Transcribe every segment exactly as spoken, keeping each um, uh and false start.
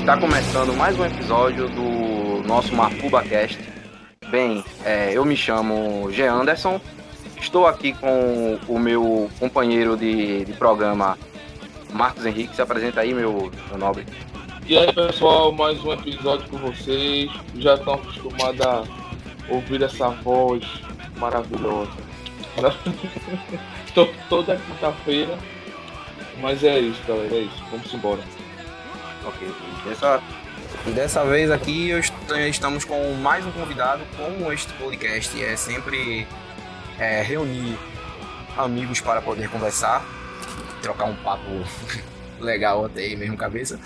Está começando mais um episódio do nosso MarcubaCast. Bem, é, eu me chamo G. Anderson, estou aqui com o meu companheiro de, de programa, Marcos Henrique. Se apresenta aí, meu, meu nobre. E aí, pessoal, mais um episódio com vocês. Já estão acostumados a ouvir essa voz maravilhosa. Toda quinta-feira. Mas é isso, galera, é isso. Vamos embora. Ok, dessa, dessa vez aqui eu est- estamos com mais um convidado. Como este podcast é sempre é, reunir amigos para poder conversar, trocar um papo legal até aí mesmo cabeça.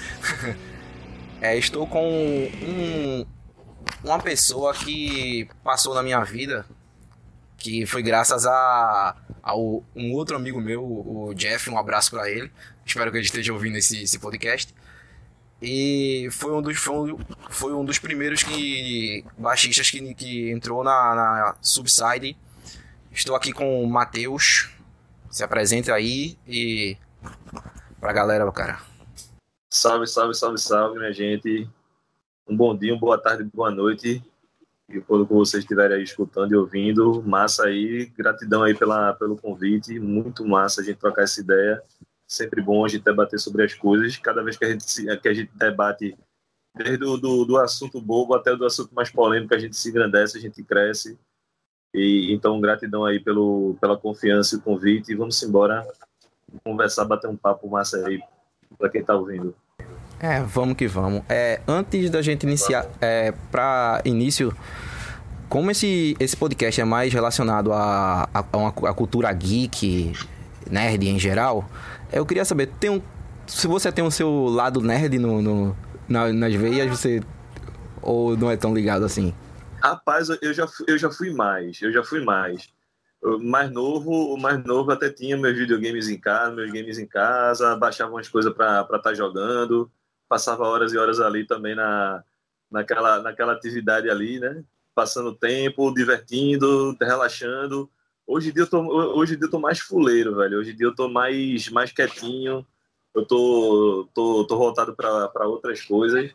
É, estou com um, uma pessoa que passou na minha vida, que foi graças a, a um outro amigo meu, o Jeff. Um abraço para ele, espero que ele esteja ouvindo esse, esse podcast. E foi um dos, foi um, foi um dos primeiros que, baixistas que, que entrou na, na Subside. Estou aqui com o Matheus. Se apresenta aí e pra galera, cara. Salve, salve, salve, salve, minha gente. Um bom dia, uma boa tarde, boa noite. E quando vocês estiverem aí escutando e ouvindo, massa aí, gratidão aí pela, pelo convite, muito massa a gente trocar essa ideia. Sempre bom a gente debater sobre as coisas. Cada vez que a gente, que a gente debate, desde o do, do assunto bobo até do assunto mais polêmico, a gente se engrandece, a gente cresce. E, então, gratidão aí pelo, pela confiança e o convite. E vamos embora conversar, bater um papo massa aí para quem está ouvindo. É, vamos que vamos. É, antes da gente iniciar, é, para início, como esse, esse podcast é mais relacionado a, a, a uma a cultura geek, nerd em geral, eu queria saber, tem um, se você tem o seu lado nerd no, no, na, nas veias, você ou não é tão ligado assim? Rapaz, eu já, fui, eu já fui mais, eu já fui mais. Eu, mais novo, o mais novo até tinha meus videogames em casa, meus games em casa, baixava umas coisas para estar tá jogando, passava horas e horas ali também na, naquela, naquela atividade ali, né? Passando tempo, divertindo, relaxando. Hoje em dia eu tô, hoje em dia eu tô mais fuleiro, velho. Hoje em dia eu tô mais, mais quietinho. Eu tô, tô, tô voltado para outras coisas.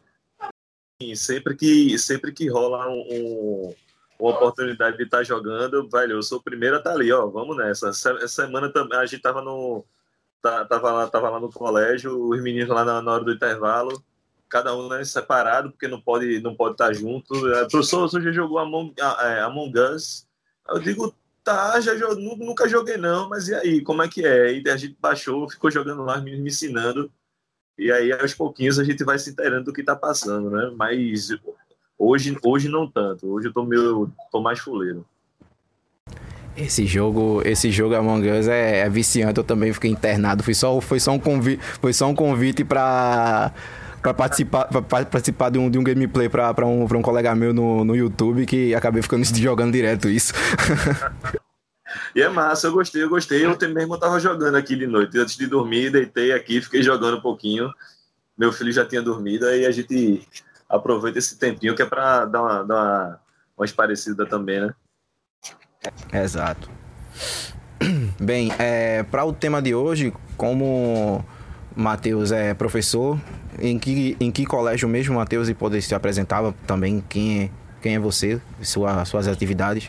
E sempre que, sempre que rola um, um, uma oportunidade de estar jogando, velho, eu sou o primeiro a estar ali, ó. Vamos nessa. Essa semana também a gente tava no, tava lá, tava lá no colégio, os meninos lá na, na hora do intervalo, cada um, né, separado, porque não pode, não pode estar junto. É, professor, você já jogou Among, é, Among Us? Eu digo, tá, já nunca joguei não, mas e aí, como é que é? E a gente baixou, ficou jogando lá, os meninos me ensinando, e aí aos pouquinhos a gente vai se inteirando do que tá passando, né? Mas hoje, hoje não tanto, hoje eu tô, meio, tô mais fuleiro. Esse jogo, esse jogo Among Us é, é viciante. Eu também fiquei internado. Foi só, foi só um convite, foi só um convite para para participar, pra participar de um, de um gameplay para um, pra um colega meu no, no YouTube, que acabei ficando jogando direto isso. E é massa, eu gostei, eu gostei. Ontem mesmo eu tava jogando aqui de noite. Antes de dormir, deitei aqui, fiquei jogando um pouquinho. Meu filho já tinha dormido, aí a gente aproveita esse tempinho que é para dar uma, dar uma, uma esparecida também, né? Exato. Bem, é, para o tema de hoje, como Matheus é professor, em que, em que colégio mesmo, Matheus, e poder se apresentava também, quem é, quem é você, sua, suas atividades?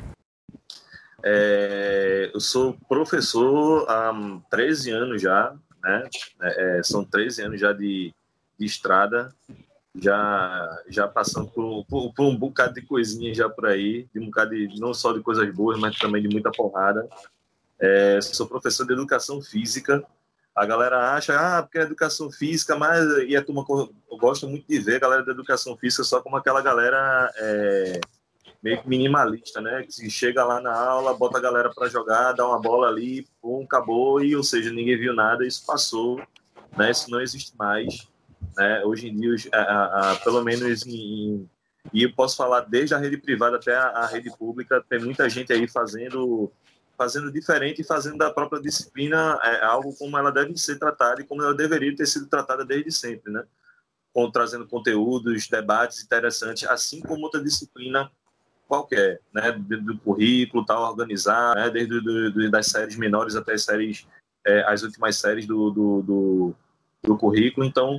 É, eu sou professor há treze anos já, né? É, são treze anos já de, de estrada, já, já passando por, por, por um bocado de coisinhas já por aí, de um bocado de, não só de coisas boas, mas também de muita porrada. É, sou professor de educação física. A galera acha, ah, porque é educação física, mas e a turma, eu gosto muito de ver a galera da educação física só como aquela galera é, meio que minimalista, né? Que chega lá na aula, bota a galera para jogar, dá uma bola ali, pum, acabou, e ou seja, ninguém viu nada, isso passou, né? Isso não existe mais, né? Hoje em dia, a, a, a, pelo menos em, e eu posso falar desde a rede privada até a, a rede pública, tem muita gente aí fazendo fazendo diferente e fazendo da própria disciplina é, algo como ela deve ser tratada e como ela deveria ter sido tratada desde sempre, né? Com, trazendo conteúdos, debates interessantes, assim como outra disciplina qualquer, né? Do, do currículo, tal, organizar, né? Desde do, do, das séries menores até as séries, é, as últimas séries do, do, do, do currículo. Então,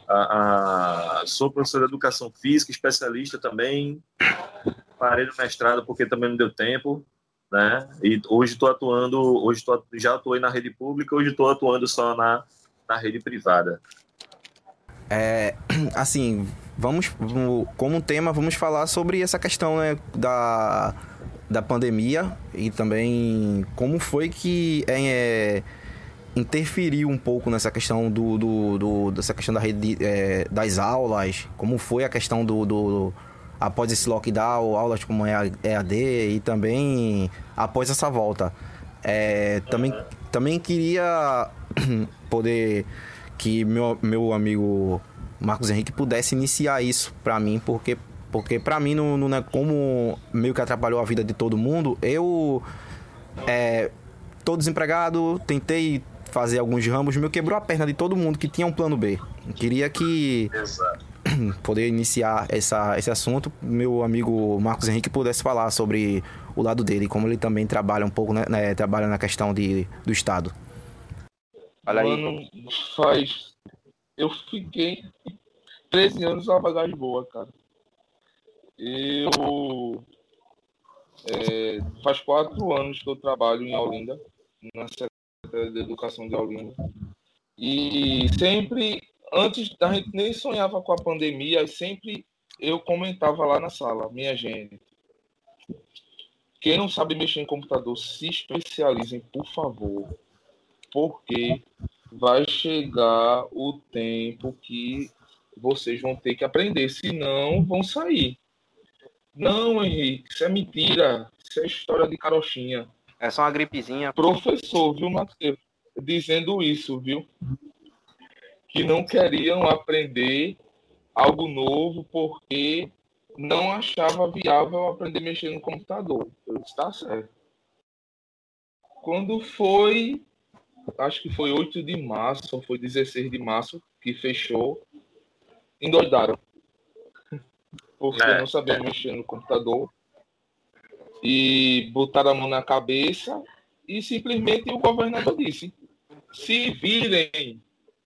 A, a, sou professor de educação física, especialista também. Parei no mestrado porque também não deu tempo, né? E hoje estou atuando, hoje tô, já atuei na rede pública, hoje estou atuando só na, na rede privada. É, assim, vamos, como tema, vamos falar sobre essa questão, né, da, da pandemia e também como foi que é, interferiu um pouco nessa questão do, do, do dessa questão da rede, é, das aulas, como foi a questão do, do após esse lockdown, aulas como E A D e também após essa volta. É, também, também queria poder que meu, meu amigo Marcos Henrique pudesse iniciar isso para mim, porque, porque para mim, no, no, como meio que atrapalhou a vida de todo mundo, eu é, tô desempregado, tentei fazer alguns ramos, meu quebrou a perna de todo mundo que tinha um plano B. Eu queria que Exato. poder iniciar essa, esse assunto, meu amigo Marcos Henrique pudesse falar sobre o lado dele, como ele também trabalha um pouco, né, né, trabalha na questão de, do Estado. Olha aí. Mano, faz... Eu fiquei treze anos uma bagagem boa, cara. Eu... É, faz quatro anos que eu trabalho em Olinda, na Secretaria de Educação de Olinda. E sempre, antes da gente nem sonhava com a pandemia, sempre eu comentava lá na sala, minha gente, quem não sabe mexer em computador, se especializem, por favor, porque vai chegar o tempo que vocês vão ter que aprender, senão vão sair. Não, Henrique, isso é mentira, isso é história de carochinha. É só uma gripezinha. Professor, viu, Matheus? Dizendo isso, viu? Que não queriam aprender algo novo porque não achava viável aprender a mexer no computador. Eu disse, tá certo. Quando foi, acho que foi oito de março, ou foi dezesseis de março, que fechou, endoidaram. Porque é. não sabiam mexer no computador. E botaram a mão na cabeça e simplesmente o governador disse, se virem.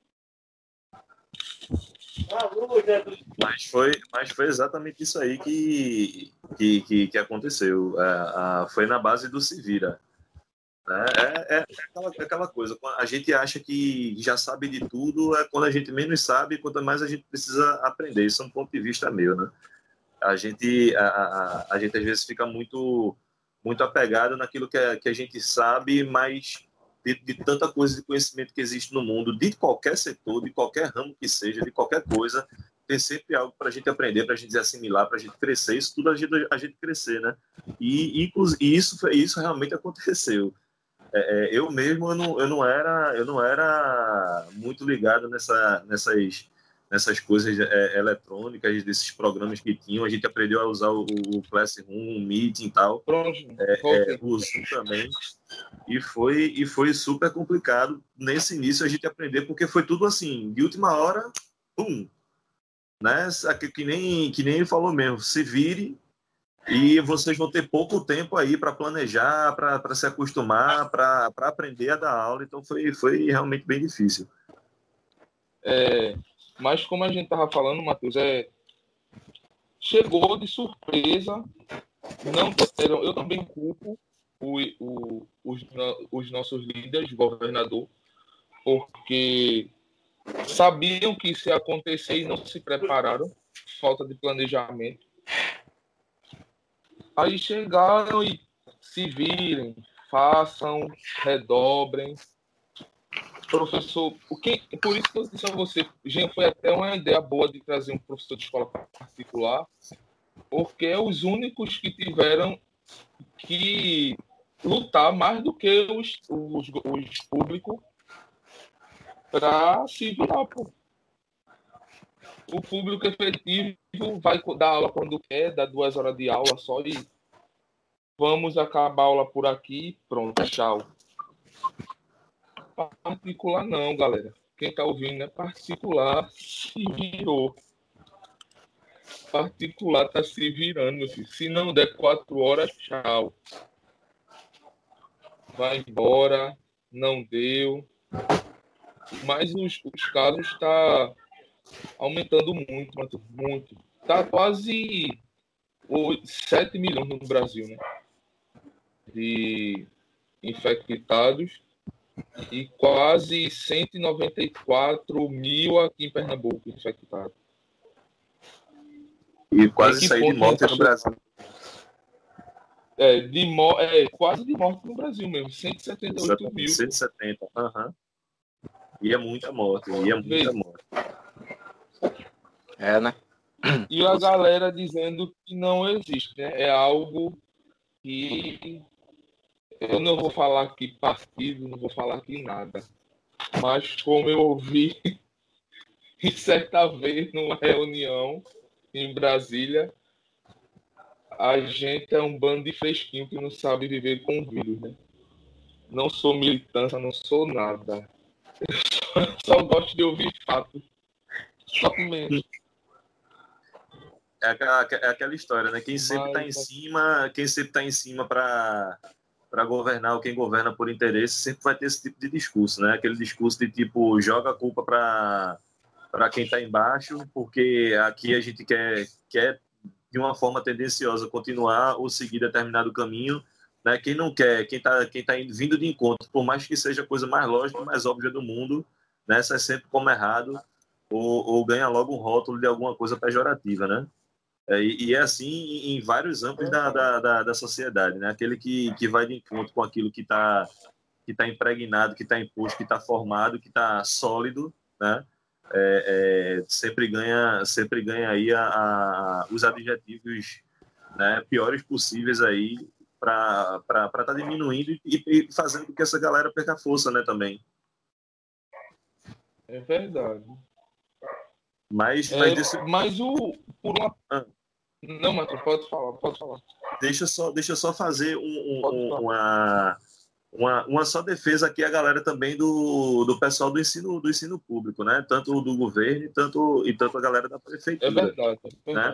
Mas foi, mas foi exatamente isso aí que, que, que, que aconteceu. É, a, foi na base do se vira. É, é, é aquela, aquela coisa, a gente acha que já sabe de tudo, é quando a gente menos sabe, quanto mais a gente precisa aprender. Isso é um ponto de vista meu, né? A gente, a, a, a gente às vezes fica muito, muito apegado naquilo que a, que a gente sabe, mas de, de tanta coisa de conhecimento que existe no mundo, de qualquer setor, de qualquer ramo que seja, de qualquer coisa, tem sempre algo para a gente aprender, para a gente assimilar, para a gente crescer, isso tudo ajuda a gente crescer, né? E, e, e isso, isso realmente aconteceu. É, eu mesmo, eu não, eu, não era, eu não era muito ligado nessa, nessas... nessas coisas é, eletrônicas, desses programas que tinham. A gente aprendeu a usar o, o Classroom, o Meeting e tal. É, é, o Zoom também. E foi, e foi super complicado nesse início a gente aprender, porque foi tudo assim, de última hora, pum! Né? Que, que, nem, que nem ele falou mesmo, se vire e vocês vão ter pouco tempo aí para planejar, para se acostumar, para aprender a dar aula. Então foi, foi realmente bem difícil. É... Mas como a gente estava falando, Matheus, é... chegou de surpresa. Não, eu também culpo o, o, os, os nossos líderes, governador, porque sabiam que isso ia acontecer e não se prepararam. Falta de planejamento. Aí chegaram e se virem, façam, redobrem. Professor, o que, por isso que eu disse a você, gente, foi até uma ideia boa de trazer um professor de escola particular, porque é os únicos que tiveram que lutar mais do que os, os, os públicos para se virar. Pô. O público efetivo vai dar aula quando quer, dá duas horas de aula só e vamos acabar a aula por aqui, pronto, tchau. Particular não, galera. Quem tá ouvindo é particular, se virou. Particular tá se virando, meu filho. Se não der quatro horas, tchau. Vai embora, não deu. Mas os, os casos tá, aumentando muito, Matheus, muito. Tá quase sete milhões no Brasil, né? De infectados e quase cento e noventa e quatro mil aqui em Pernambuco infectados. E quase sair de morte no Brasil. É, de mo é, quase de morte no Brasil mesmo, cento e setenta e oito mil. cento e setenta, aham. Uhum. E é muita morte, e é muita Veja. morte. É, né? E a galera dizendo que não existe, né? É algo que eu não vou falar aqui partido, não vou falar aqui nada. Mas como eu ouvi certa vez numa reunião em Brasília, a gente é um bando de fresquinho que não sabe viver com o vírus, né? Não sou militância, não sou nada. Eu só, só gosto de ouvir fatos. Só menos. É aquela, é aquela história, né? Quem sempre está em cima, quem sempre está em cima para para governar, ou quem governa por interesse, sempre vai ter esse tipo de discurso, né? Aquele discurso de tipo, joga a culpa para para quem está embaixo, porque aqui a gente quer, quer de uma forma tendenciosa continuar ou seguir determinado caminho, né? Quem não quer, quem está quem tá vindo de encontro, por mais que seja a coisa mais lógica e mais óbvia do mundo, né? Sai sempre como errado ou, ou ganha logo um rótulo de alguma coisa pejorativa, né? É, e, e é assim em, em vários âmbitos da, da, da, da sociedade, né? Aquele que, que vai de encontro com aquilo que está que tá impregnado, que está imposto, que está formado, que está sólido, né? É, é, sempre ganha sempre ganha aí a, a, os adjetivos, né, piores possíveis aí para estar tá diminuindo e, e fazendo com que essa galera perca força, né, também. É verdade. Mas, é, mas, desse... mas o por uma ah. Não, Matheus, pode falar, pode falar. Deixa só deixa só fazer um, um, uma Uma, uma só defesa aqui a galera também do, do pessoal do ensino, do ensino público, né? Tanto do governo e tanto, e tanto a galera da prefeitura. É verdade. É verdade. Né?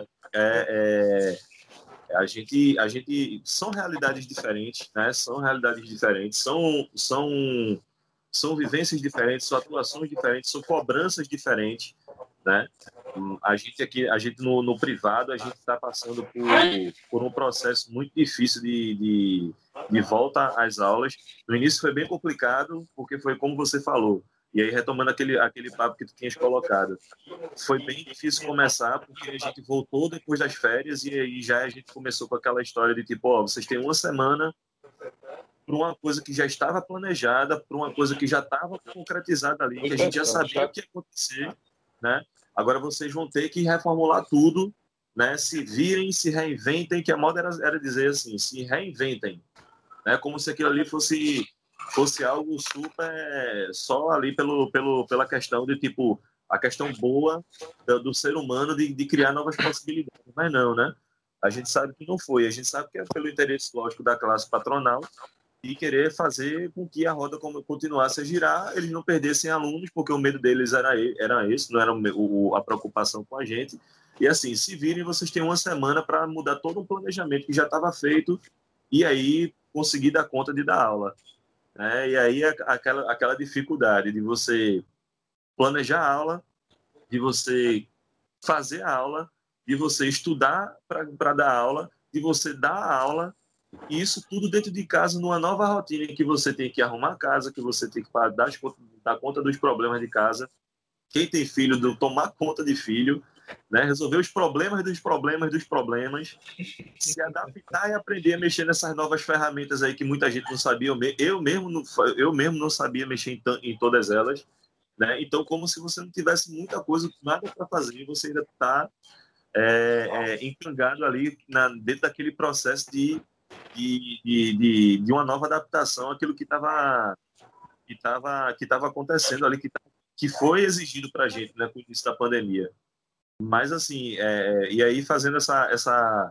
É, é, a, gente, a gente... São realidades diferentes, né? São realidades diferentes, são, são, são vivências diferentes, são atuações diferentes, são cobranças diferentes, né? A gente aqui, a gente no, no privado, a gente está passando por, por um processo muito difícil de, de, de volta às aulas. No início foi bem complicado, porque foi como você falou, e aí retomando aquele, aquele papo que tu tinhas colocado, foi bem difícil começar, porque a gente voltou depois das férias e aí já a gente começou com aquela história de tipo, ó, vocês têm uma semana para uma coisa que já estava planejada, para uma coisa que já estava concretizada ali, que a gente já sabia o que ia acontecer, né? Agora vocês vão ter que reformular tudo, né? Se virem, se reinventem, que a moda era, era dizer assim, se reinventem, né? Como se aquilo ali fosse, fosse algo super só ali pelo, pelo, pela questão de, tipo, a questão boa do, do ser humano de, de criar novas possibilidades. Mas não, né? A gente sabe que não foi. A gente sabe que é pelo interesse, lógico, da classe patronal e querer fazer com que a roda continuasse a girar, eles não perdessem alunos, porque o medo deles era, era esse, não era o, a preocupação com a gente. E assim, se virem, vocês têm uma semana para mudar todo um planejamento que já estava feito e aí conseguir dar conta de dar aula. Né? E aí aquela, aquela dificuldade de você planejar a aula, de você fazer a aula, de você estudar para dar aula, de você dar a aula, e isso tudo dentro de casa, numa nova rotina em que você tem que arrumar a casa, que você tem que dar, dar conta dos problemas de casa. Quem tem filho, do, tomar conta de filho, né? Resolver os problemas dos problemas dos problemas, se adaptar e aprender a mexer nessas novas ferramentas aí que muita gente não sabia. Eu mesmo não, eu mesmo não sabia mexer em, em todas elas. Né? Então, como se você não tivesse muita coisa, nada para fazer, você ainda está é, é, encangado ali na, dentro daquele processo de De, de, de uma nova adaptação àquilo que estava que tava, que tava acontecendo ali, que, que foi exigido para a gente, né, com o início da pandemia. Mas, assim, é, e aí fazendo essa, essa,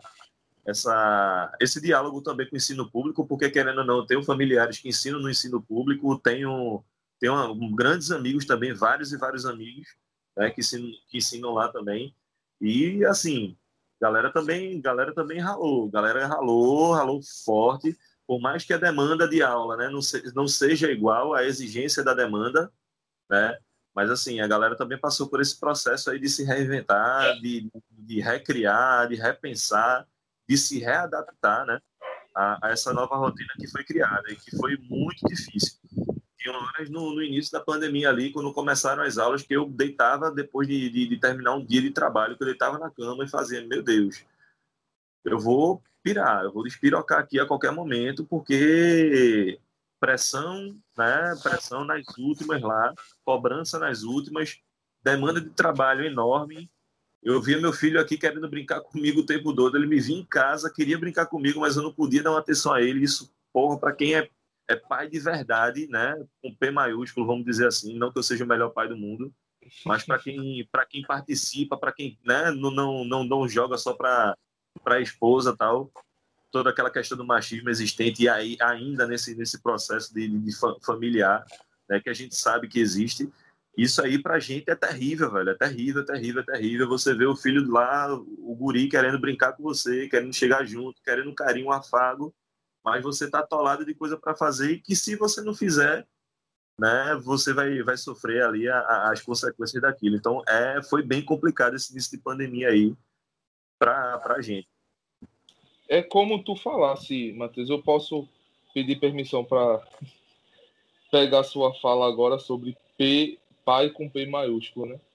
essa, esse diálogo também com o ensino público, porque, querendo ou não, eu tenho familiares que ensinam no ensino público, tenho, tenho uma, grandes amigos também, vários e vários amigos, né, que, ensinam, que ensinam lá também. E, assim... Galera também, galera também ralou, galera ralou, ralou forte, por mais que a demanda de aula, né, não, se, não seja igual à exigência da demanda, né, Mas, assim, a galera também passou por esse processo aí de se reinventar, de, de recriar, de repensar, de se readaptar, né, a, a essa nova rotina que foi criada e que foi muito difícil. Tinha horas no, no início da pandemia ali, quando começaram as aulas, que eu deitava depois de, de, de terminar um dia de trabalho, que eu deitava na cama e fazia, meu Deus, eu vou pirar, eu vou despirocar aqui a qualquer momento, porque pressão, né, pressão nas últimas lá, cobrança nas últimas, demanda de trabalho enorme. Eu via meu filho aqui querendo brincar comigo o tempo todo, ele me via em casa, queria brincar comigo, mas eu não podia dar uma atenção a ele. Isso, porra, para quem é, é pai de verdade, né, com P maiúsculo, vamos dizer assim, não que eu seja o melhor pai do mundo, mas para quem, para quem participa, para quem, né, não, não, não, não joga só para para a esposa, tal, toda aquela questão do machismo existente e aí ainda nesse nesse processo de, de familiar, né, que a gente sabe que existe. Isso aí pra gente é terrível, velho, é terrível, é terrível, é terrível. Você vê o filho lá, o guri querendo brincar com você, querendo chegar junto, querendo um carinho, um afago, mas você tá atolado de coisa para fazer e que se você não fizer, né, você vai, vai sofrer ali a, a, as consequências daquilo. Então, é, foi bem complicado esse início de pandemia aí pra, pra gente. É como tu falasse, Matheus, eu posso pedir permissão para pegar sua fala agora sobre P, pai com P maiúsculo, né?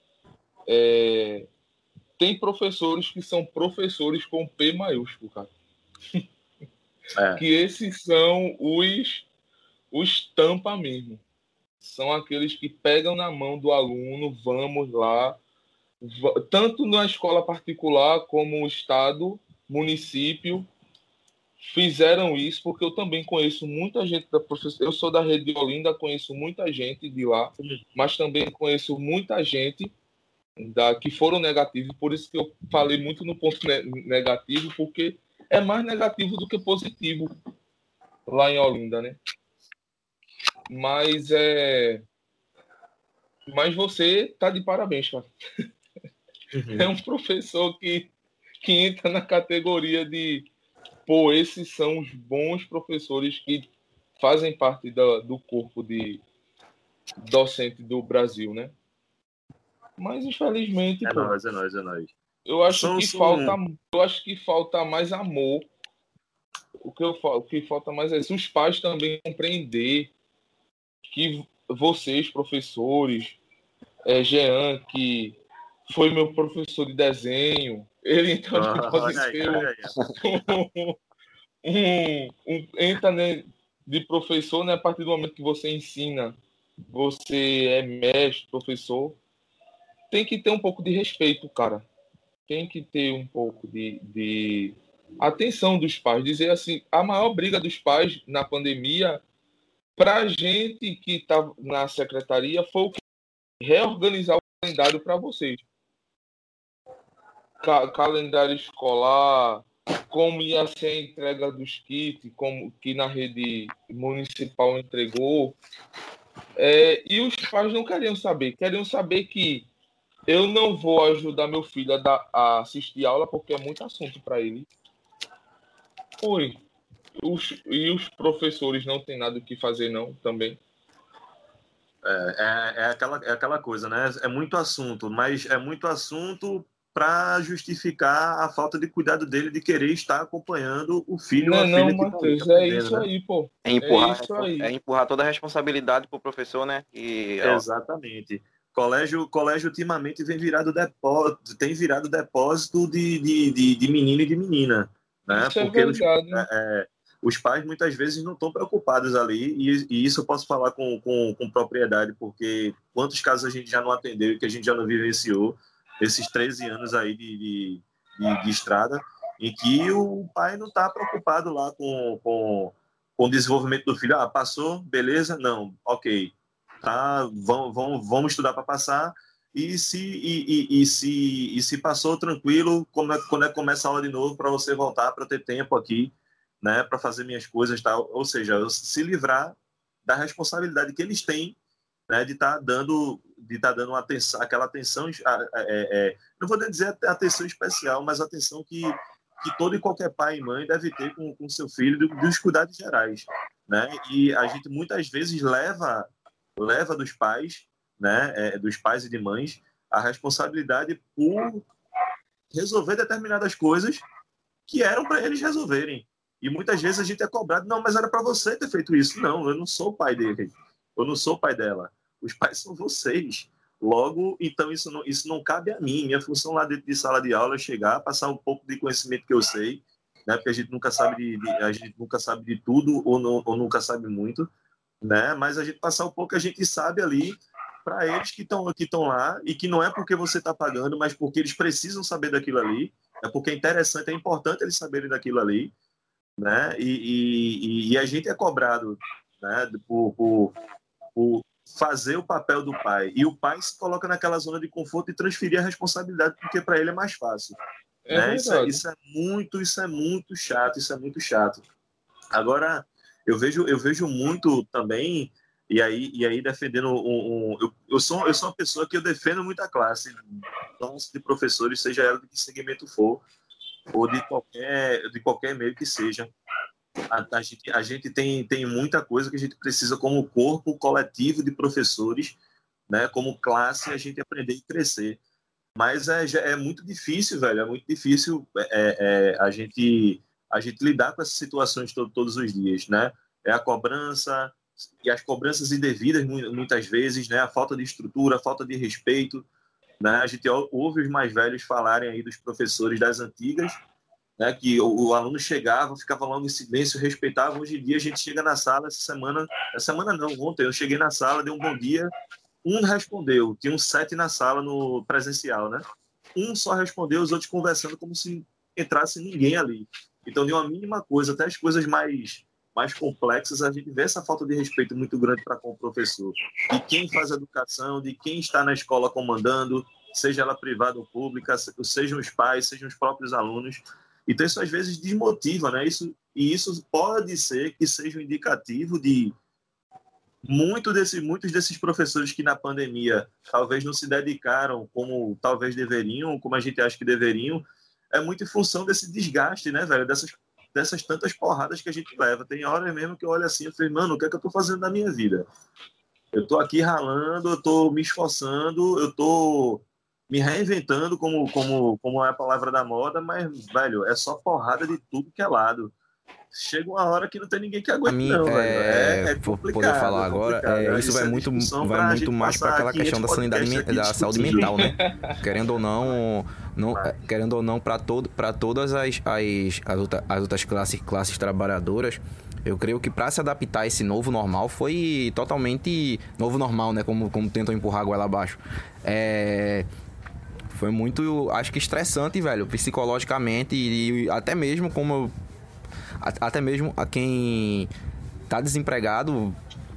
É, tem professores que são professores com P maiúsculo, cara. É. Que esses são os, os tampa mesmo. São aqueles que pegam na mão do aluno, vamos lá, tanto na escola particular como o estado, município, fizeram isso, porque eu também conheço muita gente da professora. Eu sou da rede de Olinda, conheço muita gente de lá, mas também conheço muita gente da, que foram negativos, por isso que eu falei muito no ponto ne- negativo, porque é mais negativo do que positivo lá em Olinda, né? Mas é... Mas você tá de parabéns, cara. Uhum. É um professor que, que entra na categoria de pô, esses são os bons professores que fazem parte do, do corpo de docente do Brasil, né? Mas, infelizmente, é pô, nóis, é nóis, é nóis. eu acho São, que são... falta, eu acho que falta mais amor. O que eu falo, o que falta mais é isso. Os pais também compreender que vocês, professores, é, Jean, que foi meu professor de desenho, ele então oh, pode ser um, um, um, entra, né, de professor, né, a partir do momento que você ensina, você é mestre, professor, tem que ter um pouco de respeito, cara. Tem que ter um pouco de, de atenção dos pais. Dizer assim, a maior briga dos pais na pandemia, pra gente que tá na secretaria, foi o que reorganizar o calendário para vocês. Ca- calendário escolar, como ia ser a entrega dos kits, como que na rede municipal entregou. É, e os pais não queriam saber. Queriam saber que eu não vou ajudar meu filho a, dar, a assistir aula porque é muito assunto para ele. Oi. Os, e os professores não têm nada o que fazer, não, também. É, é, é, aquela, é aquela coisa, né? É muito assunto, mas é muito assunto para justificar a falta de cuidado dele de querer estar acompanhando o filho não, ou a filha não, que Matheus, tá é isso né? aí, pô. É empurrar, é isso aí. É empurrar toda a responsabilidade pro professor, né? E, exatamente. Colégio, colégio ultimamente vem virado depósito, tem virado depósito de, de, de, de menino e de menina, né? Isso Porque é verdade. Os, é, os pais muitas vezes não estão preocupados ali, e, e isso eu posso falar com, com, com propriedade, porque quantos casos a gente já não atendeu e que a gente já não vivenciou esses treze anos aí de, de, de, de estrada, em que o pai não está preocupado lá com, com, com o desenvolvimento do filho. Ah, passou, beleza? Não, ok. Tá, vamos, vamos, vamos estudar para passar. E se, e, e, e, se, e se passou tranquilo, quando é, quando é que começa a aula de novo para você voltar, para ter tempo aqui, né, para fazer minhas coisas, tal. Ou seja, se livrar da responsabilidade que eles têm, né, de estar tá dando, de tá dando atenção, aquela atenção, é, é, não vou nem dizer atenção especial, mas atenção que, que todo e qualquer pai e mãe deve ter com o seu filho, dos cuidados gerais, né? E a gente muitas vezes leva leva dos pais, né, é, dos pais e de mães, a responsabilidade por resolver determinadas coisas que eram para eles resolverem. E muitas vezes a gente é cobrado, não, mas era para você ter feito isso. Não, eu não sou o pai dele, eu não sou o pai dela. Os pais são vocês. Logo, então isso não, isso não cabe a mim. Minha função lá dentro de sala de aula é chegar, passar um pouco de conhecimento que eu sei, né? Porque a gente nunca sabe de, de a gente nunca sabe de tudo ou, não, ou nunca sabe muito, né? Mas a gente passar um pouco que a gente sabe ali para eles que estão que estão lá e que não é porque você está pagando, mas porque eles precisam saber daquilo ali, é porque é interessante, é importante eles saberem daquilo ali, né? E, e, e a gente é cobrado, né? Por, por, por fazer o papel do pai, e o pai se coloca naquela zona de conforto e transferir a responsabilidade porque para ele é mais fácil, É né? Isso é, verdade. isso é muito isso é muito chato, isso é muito chato. Agora eu vejo eu vejo muito também, e aí e aí defendendo um, um eu, eu sou eu sou uma pessoa que eu defendo muito a classe, classe de professores, seja ela de que segmento for ou de qualquer de qualquer meio que seja. A, a, gente, a gente tem, tem muita coisa que a gente precisa como corpo coletivo de professores, né, como classe, a gente aprender e crescer. Mas é, é muito difícil, velho, é muito difícil é, é, a, gente, a gente lidar com essas situações to, todos os dias, né? É a cobrança, e as cobranças indevidas muitas vezes, né? A falta de estrutura, a falta de respeito, né? A gente ouve os mais velhos falarem aí dos professores das antigas, né, que o, o aluno chegava, ficava logo em silêncio, respeitava. Hoje em dia a gente chega na sala, essa semana, essa semana não, ontem eu cheguei na sala, dei um bom dia, um respondeu, tinha um sete na sala no presencial, né? Um só respondeu, os outros conversando como se entrasse ninguém ali. Então, de uma mínima coisa até as coisas mais, mais complexas, a gente vê essa falta de respeito muito grande para com o professor. De quem faz a educação, de quem está na escola comandando, seja ela privada ou pública, sejam os pais, sejam os próprios alunos. Então, isso às vezes desmotiva, né? Isso, e isso pode ser que seja um indicativo de muito desse, muitos desses professores que na pandemia talvez não se dedicaram como talvez deveriam, como a gente acha que deveriam, é muito em função desse desgaste, né, velho? Dessas, dessas tantas porradas que a gente leva. Tem horas mesmo que eu olho assim e falei, mano, o que é que eu tô fazendo na minha vida? Eu tô aqui ralando, eu tô me esforçando, eu tô me reinventando, como, como, como é a palavra da moda, mas, velho, é só porrada de tudo que é lado. Chega uma hora que não tem ninguém que A aguente, mim, não, velho. é, É, é vou complicado, poder falar é agora, complicado. é, isso vai é muito, discussão vai pra muito gente mais para passar aquela questão da sanidade, podcasts aqui da saúde discutindo. mental, né? Querendo ou não, não querendo ou não, para todo, para todas as, as, as, outra, as outras classes, classes trabalhadoras, eu creio que para se adaptar a esse novo normal foi totalmente novo normal, né? Como, como tentam empurrar a goela abaixo. É... Foi muito, acho que estressante, velho, psicologicamente e, e até mesmo como até mesmo a quem tá desempregado,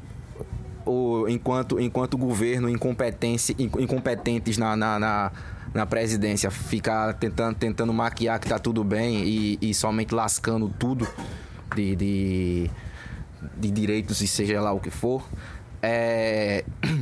ou enquanto enquanto governo incompetência incompetentes na, na, na, na presidência ficar tentando tentando maquiar que tá tudo bem e, e somente lascando tudo de, de de direitos e seja lá o que for, é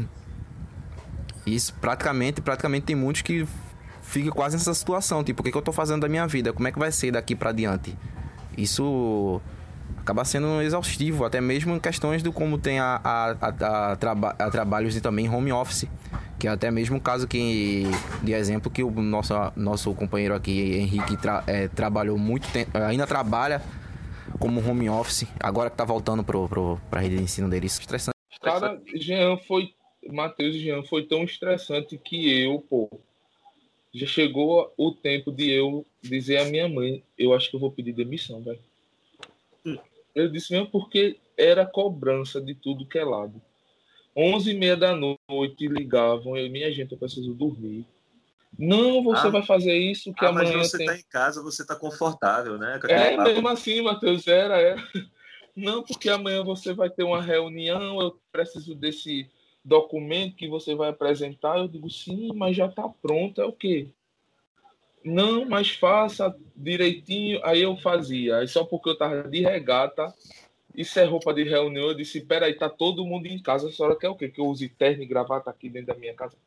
isso praticamente praticamente tem muitos que fica quase nessa situação, tipo, o que, que eu tô fazendo da minha vida? Como é que vai ser daqui pra diante? Isso acaba sendo exaustivo, até mesmo em questões do como tem a, a, a, a, traba, a trabalhos e também home office, que é até mesmo o caso que, de exemplo, que o nosso, nosso companheiro aqui, Henrique, tra, é, trabalhou muito tempo, ainda trabalha como home office, agora que tá voltando pro, pro, pra rede de ensino dele. Isso é estressante. Cara, Jean foi, Matheus e Jean foi tão estressante que eu, pô, já chegou o tempo de eu dizer à minha mãe, eu acho que eu vou pedir demissão, velho. Eu disse mesmo porque era cobrança de tudo que é lado. Onze e meia da noite ligavam, eu, minha gente, eu preciso dormir. Não, você Ah, vai fazer isso que ah mas amanhã você tem... tá em casa, você tá confortável, né? Com É, papo. mesmo assim, Matheus, era, era. Não, porque amanhã você vai ter uma reunião, eu preciso desse documento que você vai apresentar. Eu digo, sim, mas já tá pronto, é o quê? Não, mas faça direitinho. Aí eu fazia. Aí só porque eu tava de regata, isso é roupa de reunião, eu disse, peraí, tá todo mundo em casa, a senhora quer o quê? Que eu use terno e gravata aqui dentro da minha casa?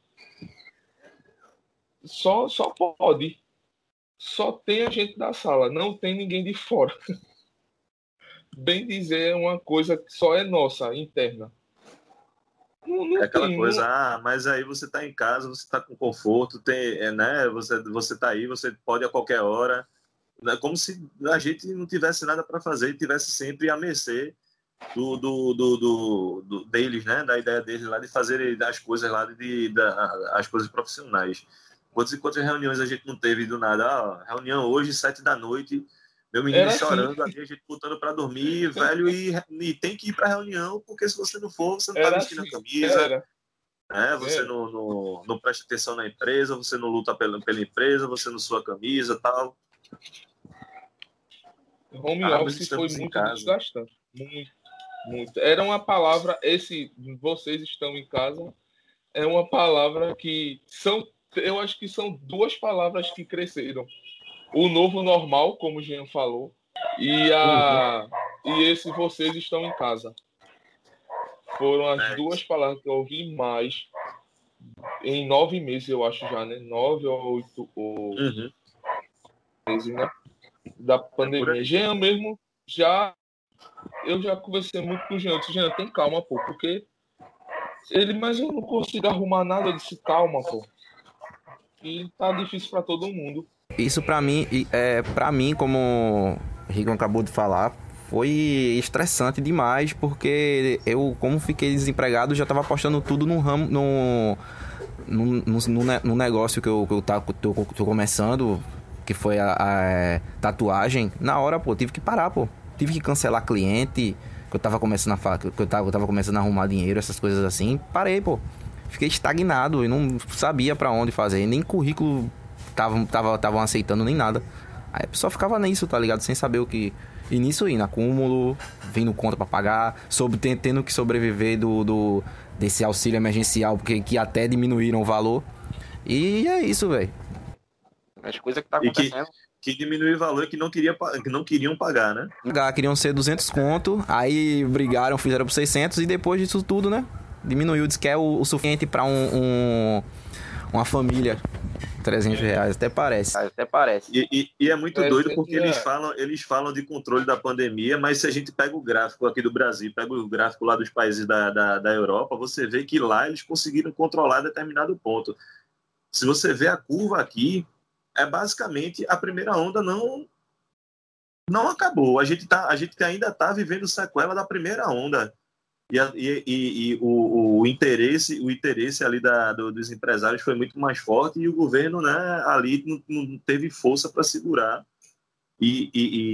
Só, só pode. Só tem a gente da sala, não tem ninguém de fora. Bem dizer, é uma coisa que só é nossa, interna. Não, não É aquela tem, coisa, não- ah, mas aí você está em casa, você está com conforto, tem, é, né? Você você está aí, você pode a qualquer hora, né? Como se a gente não tivesse nada para fazer e tivesse sempre à mercê do, do, do, do, do- deles, né? Da ideia deles lá de fazer as coisas lá de, da, as coisas profissionais. Quantas e quantas reuniões a gente não teve do nada? Ah, reunião hoje, sete da noite, meu menino era assim, chorando ali, a gente botando para dormir, velho, e, e tem que ir para reunião, porque se você não for, você não está era vestindo a assim, camisa, era, né? Você era. não, não, não presta atenção na empresa, você não luta pela, pela empresa, você não sua camisa, tal. Home Ah, mas office foi estamos em muito casa. desgastante. Muito, muito. Era uma palavra, esse vocês estão em casa, é uma palavra que são, eu acho que são duas palavras que cresceram. O novo normal, como o Jean falou, e Uhum. a e esse vocês estão em casa. Foram as É duas isso. palavras que eu ouvi mais em nove meses, eu acho já, né? Nove ou oito ou Uhum. meses, né? Da É por pandemia. aí. Jean mesmo, já eu já conversei muito com o Jean. Eu disse, Jean, tem calma, pô, porque ele, mas eu não consigo arrumar nada. Eu disse, calma, pô. E tá difícil para todo mundo. Isso pra mim, e, é, pra mim, como o Rigon acabou de falar, foi estressante demais, porque eu, como fiquei desempregado, já tava apostando tudo no ramo, no, no, no, no, ne- no negócio que eu, que eu tá, tô, tô começando, que foi a, a, é, tatuagem. Na hora, pô, tive que parar, pô. Tive que cancelar cliente, que eu tava começando a, fa- que eu tava, eu tava começando a arrumar dinheiro, essas coisas assim. Parei, pô. Fiquei estagnado e não sabia pra onde fazer, nem currículo estavam tava, tavam aceitando nem nada. Aí a pessoa ficava nisso, tá ligado? Sem saber o que. E nisso aí, no acúmulo, vindo conta pra pagar, sobre, tendo que sobreviver do, do desse auxílio emergencial, porque que até diminuíram o valor. E é isso, velho. As coisas que tá E que, acontecendo. que diminuiu o valor e que não, queria, pa- que não queriam pagar, né? Pagar, queriam ser duzentos conto, aí brigaram, fizeram por seiscentos e depois disso tudo, né? Diminuiu, disse que é o, o suficiente pra um, um- uma família. trezentos reais, até parece. Até parece. E, e, e é muito doido trezentos porque eles reais. falam, eles falam de controle da pandemia, mas se a gente pega o gráfico aqui do Brasil, pega o gráfico lá dos países da, da, da Europa, você vê que lá eles conseguiram controlar determinado ponto. Se você vê a curva aqui, é basicamente a primeira onda não não acabou. A gente, tá, a gente ainda está vivendo sequela da primeira onda. E, a, e, e, e o, o interesse o interesse ali da, do, dos empresários foi muito mais forte e o governo, né, ali não, não teve força para segurar. E,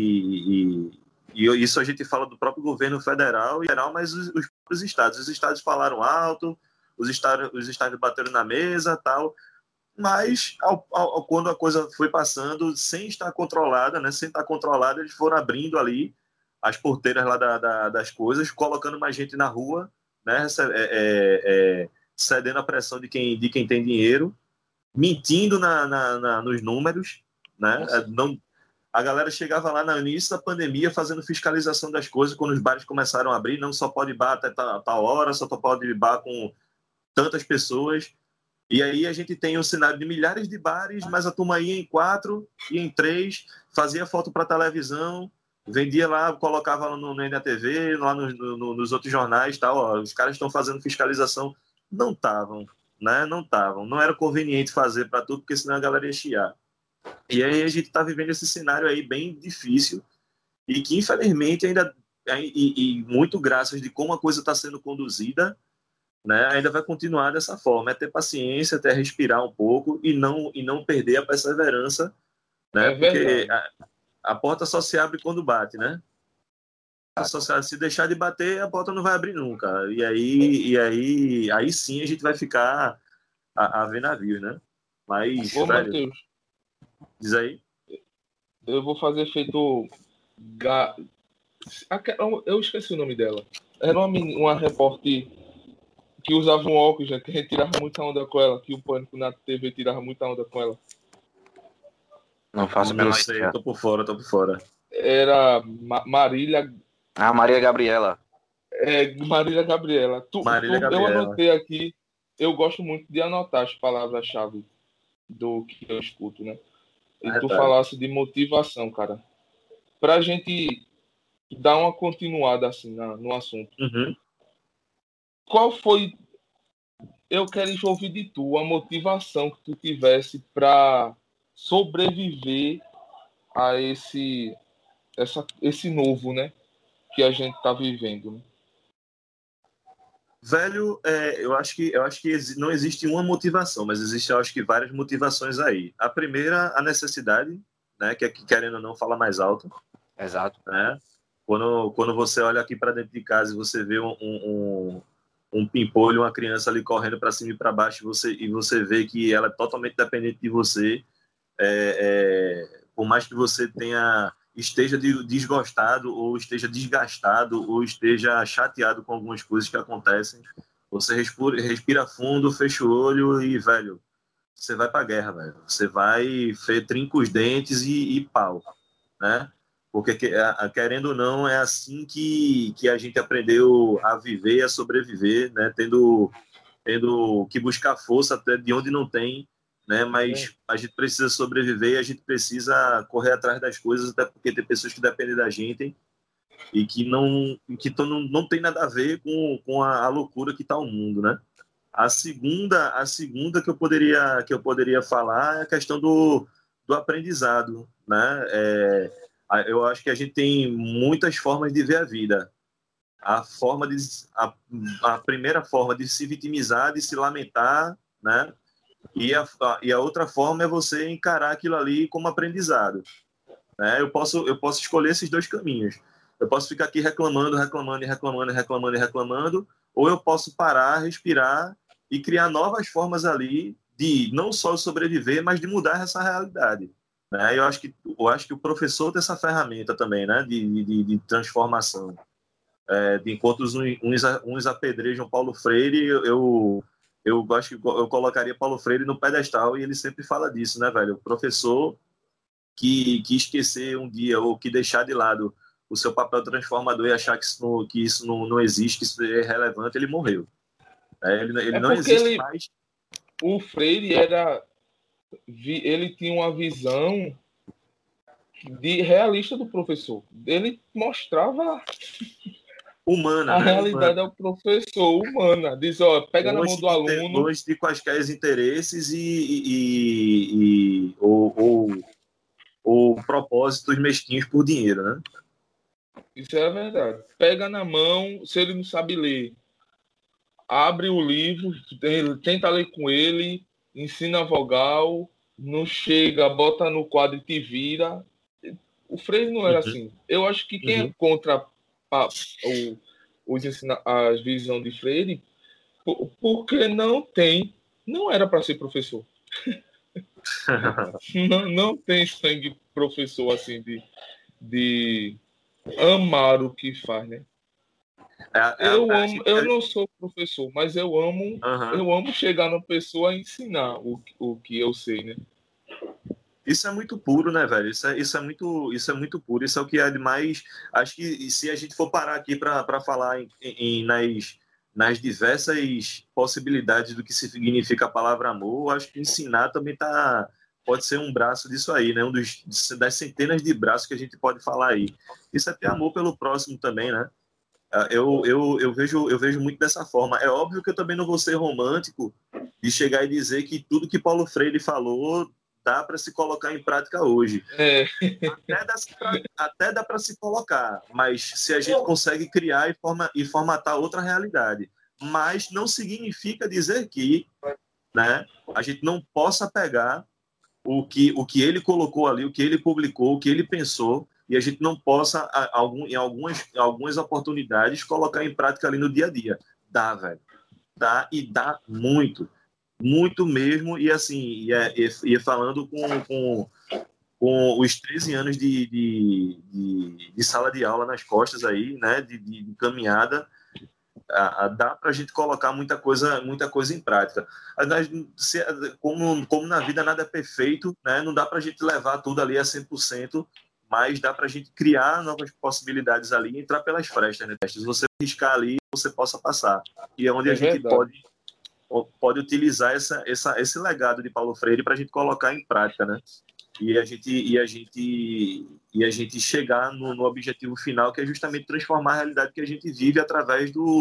e, e, e, isso a gente fala do próprio governo federal, federal mas os, os próprios estados. Os estados falaram alto, os estados, os estados bateram na mesa, tal. Mas ao, ao, quando a coisa foi passando, sem estar controlada, né, sem estar controlada, eles foram abrindo ali as porteiras lá da, da, das coisas, colocando mais gente na rua, né, é, é, é, cedendo a pressão de quem, de quem tem dinheiro, mentindo na, na, na, nos números, né, não, a galera chegava lá no início da pandemia fazendo fiscalização das coisas, quando os bares começaram a abrir, não só pode bar até tal, tal hora, só pode bar com tantas pessoas. E aí a gente tem um cenário de milhares de bares, mas a turma ia em quatro, ia em três, fazia foto para televisão, vendia lá, colocava no, no N T V, lá no, no, nos outros jornais, tal. Ó, os caras estão fazendo fiscalização. Não estavam, né? Não estavam. Não era conveniente fazer para tudo, porque senão a galera ia chiar. E aí a gente está vivendo esse cenário aí bem difícil e que infelizmente ainda e, e muito graças de como a coisa está sendo conduzida, né, ainda vai continuar dessa forma. É ter paciência, até respirar um pouco e não e não perder a perseverança, né? É Porque verdade. a, a porta só se abre quando bate, né? Só se, se deixar de bater, a porta não vai abrir nunca. E aí e aí aí sim a gente vai ficar a, a ver navios, né? Mas, Ô, velho, Matheus, diz aí. eu vou fazer feito. Ga... Eu esqueci o nome dela. Era uma, menina, uma repórter que usava um óculos, né, que a gente tirava muita onda com ela, que o Pânico na T V tirava muita onda com ela. Não faço a Não menor sei, ideia. tô por fora, tô por fora. Era Ma- Marília. Ah, Maria Gabriela. É, Marília Gabriela. Tu, Marília tu, eu Gabriela. anotei aqui. Eu gosto muito de anotar as palavras-chave do que eu escuto, né? E É tu verdade. falasse de motivação, cara. Pra gente dar uma continuada assim na, no assunto. Uhum. Qual foi eu quero ouvir de tu a motivação que tu tivesse para sobreviver a esse, essa, esse novo, né? Que a gente está vivendo. Né? Velho, é, eu acho que, eu acho que não existe uma motivação, mas existe, eu acho que, várias motivações aí. A primeira, a necessidade, né? Que aqui, querendo ou não, fala mais alto. Exato. Né? Quando, quando você olha aqui para dentro de casa e você vê um, um, um pimpolho, uma criança ali correndo para cima e para baixo, e você, e você vê que ela é totalmente dependente de você, é, é, por mais que você tenha esteja desgostado ou esteja desgastado ou esteja chateado com algumas coisas que acontecem, você respira, respira fundo, fecha o olho e, velho, você vai pra guerra, velho. Você vai, trinca os dentes e, e pau, né? Porque, querendo ou não, é assim que, que a gente aprendeu a viver e a sobreviver, né? Tendo, tendo que buscar força até de onde não tem, né? Mas a gente precisa sobreviver e a gente precisa correr atrás das coisas, até porque tem pessoas que dependem da gente e que não, que não, não tem nada a ver com, com a, a loucura que está o mundo, né? A segunda, a segunda que eu poderia, que eu poderia falar é a questão do, do aprendizado, né? É, eu acho que a gente tem muitas formas de ver a vida. A forma de, a, a primeira forma de se vitimizar, de se lamentar, né? E a, e a outra forma é você encarar aquilo ali como aprendizado. Né? Eu posso, eu posso escolher esses dois caminhos. Eu posso ficar aqui reclamando, reclamando, reclamando, reclamando, reclamando, ou eu posso parar, respirar e criar novas formas ali de não só sobreviver, mas de mudar essa realidade. Né? Eu acho que, eu acho que o professor tem essa ferramenta também, né? de, de, de transformação. É, de enquanto uns, uns apedrejam Paulo Freire, eu, eu acho que eu colocaria Paulo Freire no pedestal, e ele sempre fala disso, né, velho? O professor que, que esquecer um dia ou que deixar de lado o seu papel transformador e achar que isso não, que isso não, não existe, que isso é irrelevante, ele morreu. É, ele ele é não existe ele, mais. O Freire era, ele tinha uma visão de realista do professor. Ele mostrava humana, a né? realidade Humana. ao professor, humana. Diz, ó, pega longe na mão do aluno. Longe de quaisquer interesses e, e, e ou, ou, ou propósitos mesquinhos por dinheiro, né? Isso é verdade. Pega na mão, se ele não sabe ler, abre o livro, tenta ler com ele, ensina a vogal, não chega, bota no quadro e te vira. O Freire não era uhum. assim. Eu acho que quem uhum. é contra a, o, os ensina, as visões de Freire, porque não tem, não era para ser professor. não, não tem sangue professor assim de, de amar o que faz, né? É, é, eu amo, é, eu não sou professor, mas eu amo, uhum. eu amo chegar numa pessoa e ensinar o, o que eu sei, né? Isso é muito puro, né, velho? Isso é, isso é muito, isso é muito puro. Isso é o que é de mais. Acho que se a gente for parar aqui para falar em, em, nas, nas diversas possibilidades do que significa a palavra amor, acho que ensinar também tá, pode ser um braço disso aí, né? Um dos, das centenas de braços que a gente pode falar aí. Isso é ter amor pelo próximo também, né? Eu, eu, eu, vejo, eu vejo muito dessa forma. É óbvio que eu também não vou ser romântico de chegar e dizer que tudo que Paulo Freire falou dá para se colocar em prática hoje. É. Até dá, pra, até dá para se colocar, mas se a gente consegue criar e, forma, e formatar outra realidade. Mas não significa dizer que, né, a gente não possa pegar o que, o que ele colocou ali, o que ele publicou, o que ele pensou, e a gente não possa, em algumas, em algumas oportunidades, colocar em prática ali no dia a dia. Dá, velho. Dá, e dá muito. Muito mesmo, e assim, e, e, e falando com, com, com os treze anos de, de, de, de sala de aula nas costas aí, né, de, de, de caminhada, a, a, dá para a gente colocar muita coisa, muita coisa em prática. Se, como, como na vida nada é perfeito, né, não dá para a gente levar tudo ali a cem por cento, mas dá para a gente criar novas possibilidades ali e entrar pelas frestas, né? Se você riscar ali, você possa passar. E é onde é a gente verdade. pode pode utilizar essa, essa, esse legado de Paulo Freire para a gente colocar em prática, né? E a gente, e a gente, e a gente chegar no, no objetivo final, que é justamente transformar a realidade que a gente vive através do,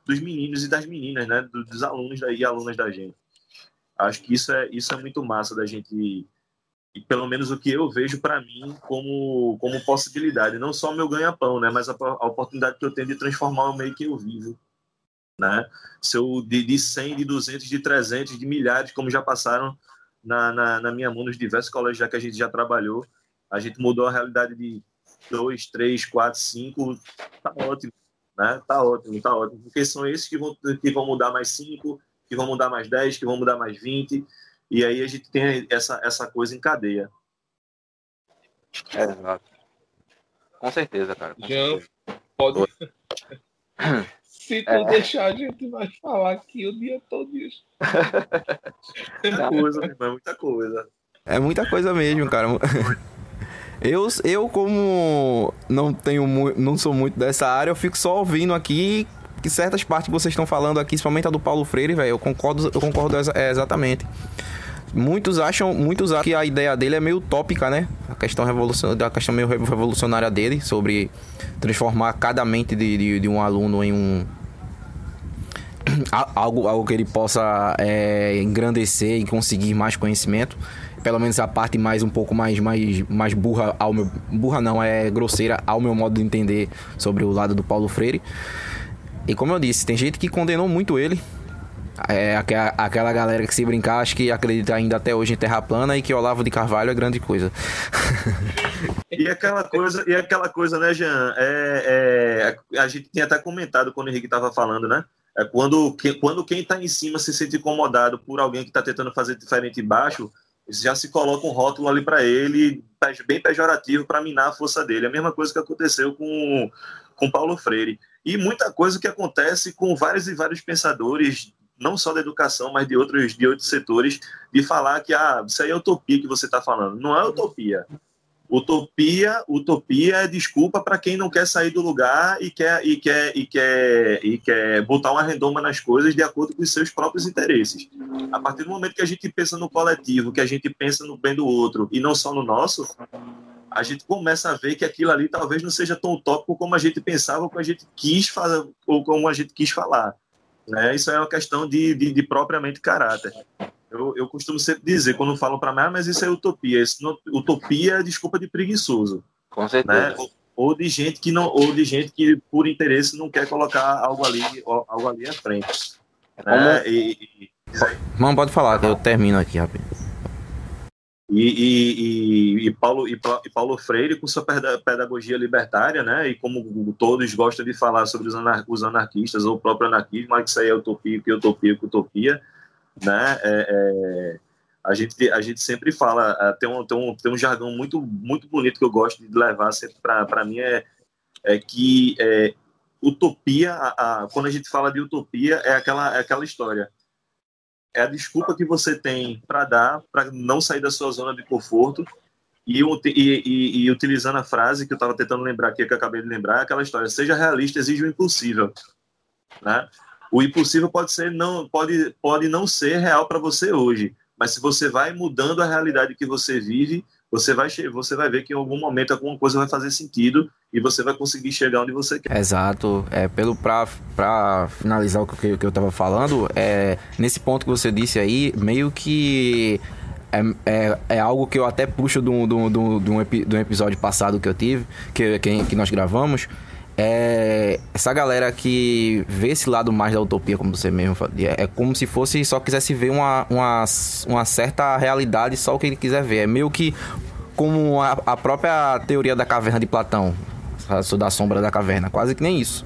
dos meninos e das meninas, né? Dos alunos e alunas da gente. Acho que isso é, isso é muito massa da gente, e pelo menos o que eu vejo para mim como, como possibilidade, não só o meu ganha-pão, né? Mas a, a oportunidade que eu tenho de transformar o meio que eu vivo, né? Se eu, de, de cem, de duzentos, de trezentos, de milhares, como já passaram na, na, na minha mão, nos diversos colégios já que a gente já trabalhou, a gente mudou a realidade de dois, três, quatro, cinco, tá ótimo, né? Tá ótimo, tá ótimo, porque são esses que vão, que vão mudar mais cinco, que vão mudar mais dez, que vão mudar mais vinte, e aí a gente tem essa, essa coisa em cadeia. É, exato. Com certeza, cara. Com Jean, certeza. pode... Se tu É. deixar, a gente vai falar aqui o dia todo isso. Muita coisa, meu irmão, muita coisa. É muita coisa mesmo, cara. Eu, eu como não tenho mu- não sou muito dessa área, eu fico só ouvindo aqui que certas partes que vocês estão falando aqui, principalmente a do Paulo Freire, velho, eu concordo, eu concordo exa- é, exatamente. Muitos acham, muitos acham que a ideia dele é meio utópica, né? A questão, revolucion... a questão meio revolucionária dele, sobre transformar cada mente de, de, de um aluno em um... algo, algo que ele possa é, engrandecer e conseguir mais conhecimento. Pelo menos a parte mais um pouco mais, mais, mais burra, ao meu, burra não, é grosseira ao meu modo de entender sobre o lado do Paulo Freire. E como eu disse, tem gente que condenou muito ele. É aquela, aquela galera que, se brincar, acho que acredita ainda até hoje em Terra plana e que Olavo de Carvalho é grande coisa. E aquela coisa, e aquela coisa, né, Jean? É, é, a gente tinha até comentado quando o Henrique estava falando, né? É quando, que, quando quem está em cima se sente incomodado por alguém que está tentando fazer diferente embaixo, já se coloca um rótulo ali para ele, bem pejorativo, para minar a força dele. A mesma coisa que aconteceu com, com Paulo Freire. E muita coisa que acontece com vários e vários pensadores, não só da educação, mas de outros, de outros setores, de falar que ah, isso aí é utopia que você está falando. Não é utopia. Utopia, utopia é desculpa para quem não quer sair do lugar e quer, e, quer, e, quer, e quer botar uma redoma nas coisas de acordo com os seus próprios interesses. A partir do momento que a gente pensa no coletivo, que a gente pensa no bem do outro e não só no nosso, a gente começa a ver que aquilo ali talvez não seja tão utópico como a gente pensava ou como a gente quis fazer, ou como a gente quis falar. Né? Isso é uma questão de, de, de propriamente caráter. Eu, eu costumo sempre dizer, quando falam para mim, ah, mas isso é utopia. Isso não, utopia é desculpa de preguiçoso. Com certeza. Né? Ou, ou de gente que não, ou de gente que por interesse não quer colocar algo ali, algo ali à frente. Né? E, e, Não, pode falar, que eu termino aqui rápido. E, e, e, e, Paulo, e, e Paulo Freire, com sua pedagogia libertária, né? E como todos gostam de falar sobre os, anar, os anarquistas ou o próprio anarquismo, mas isso aí é utopia, que utopia, que utopia, né? É, é, a, gente, a gente sempre fala, tem um, tem um, tem um jargão muito, muito bonito que eu gosto de levar sempre para mim, é, é que é, utopia, a, a, quando a gente fala de utopia, é aquela, é aquela história. É a desculpa que você tem para dar, para não sair da sua zona de conforto, e, e, e, e utilizando a frase que eu estava tentando lembrar aqui, que eu acabei de lembrar, é aquela história: seja realista, exige o impossível. Né? O impossível pode, ser, não, pode, pode não ser real para você hoje, mas se você vai mudando a realidade que você vive, você vai, você vai ver que em algum momento alguma coisa vai fazer sentido e você vai conseguir chegar onde você quer. Exato. É, pelo, pra, pra finalizar o que, que eu tava falando, é, nesse ponto que você disse aí, meio que é, é, é algo que eu até puxo de um, de um, de um, de um, epi, de um episódio passado que eu tive, que, que, que nós gravamos. É, essa galera que vê esse lado mais da utopia, como você mesmo falou, é como se fosse só quisesse ver uma, uma, uma certa realidade, só o que ele quiser ver. É meio que como a, a própria teoria da caverna de Platão, da sombra da caverna, quase que nem isso.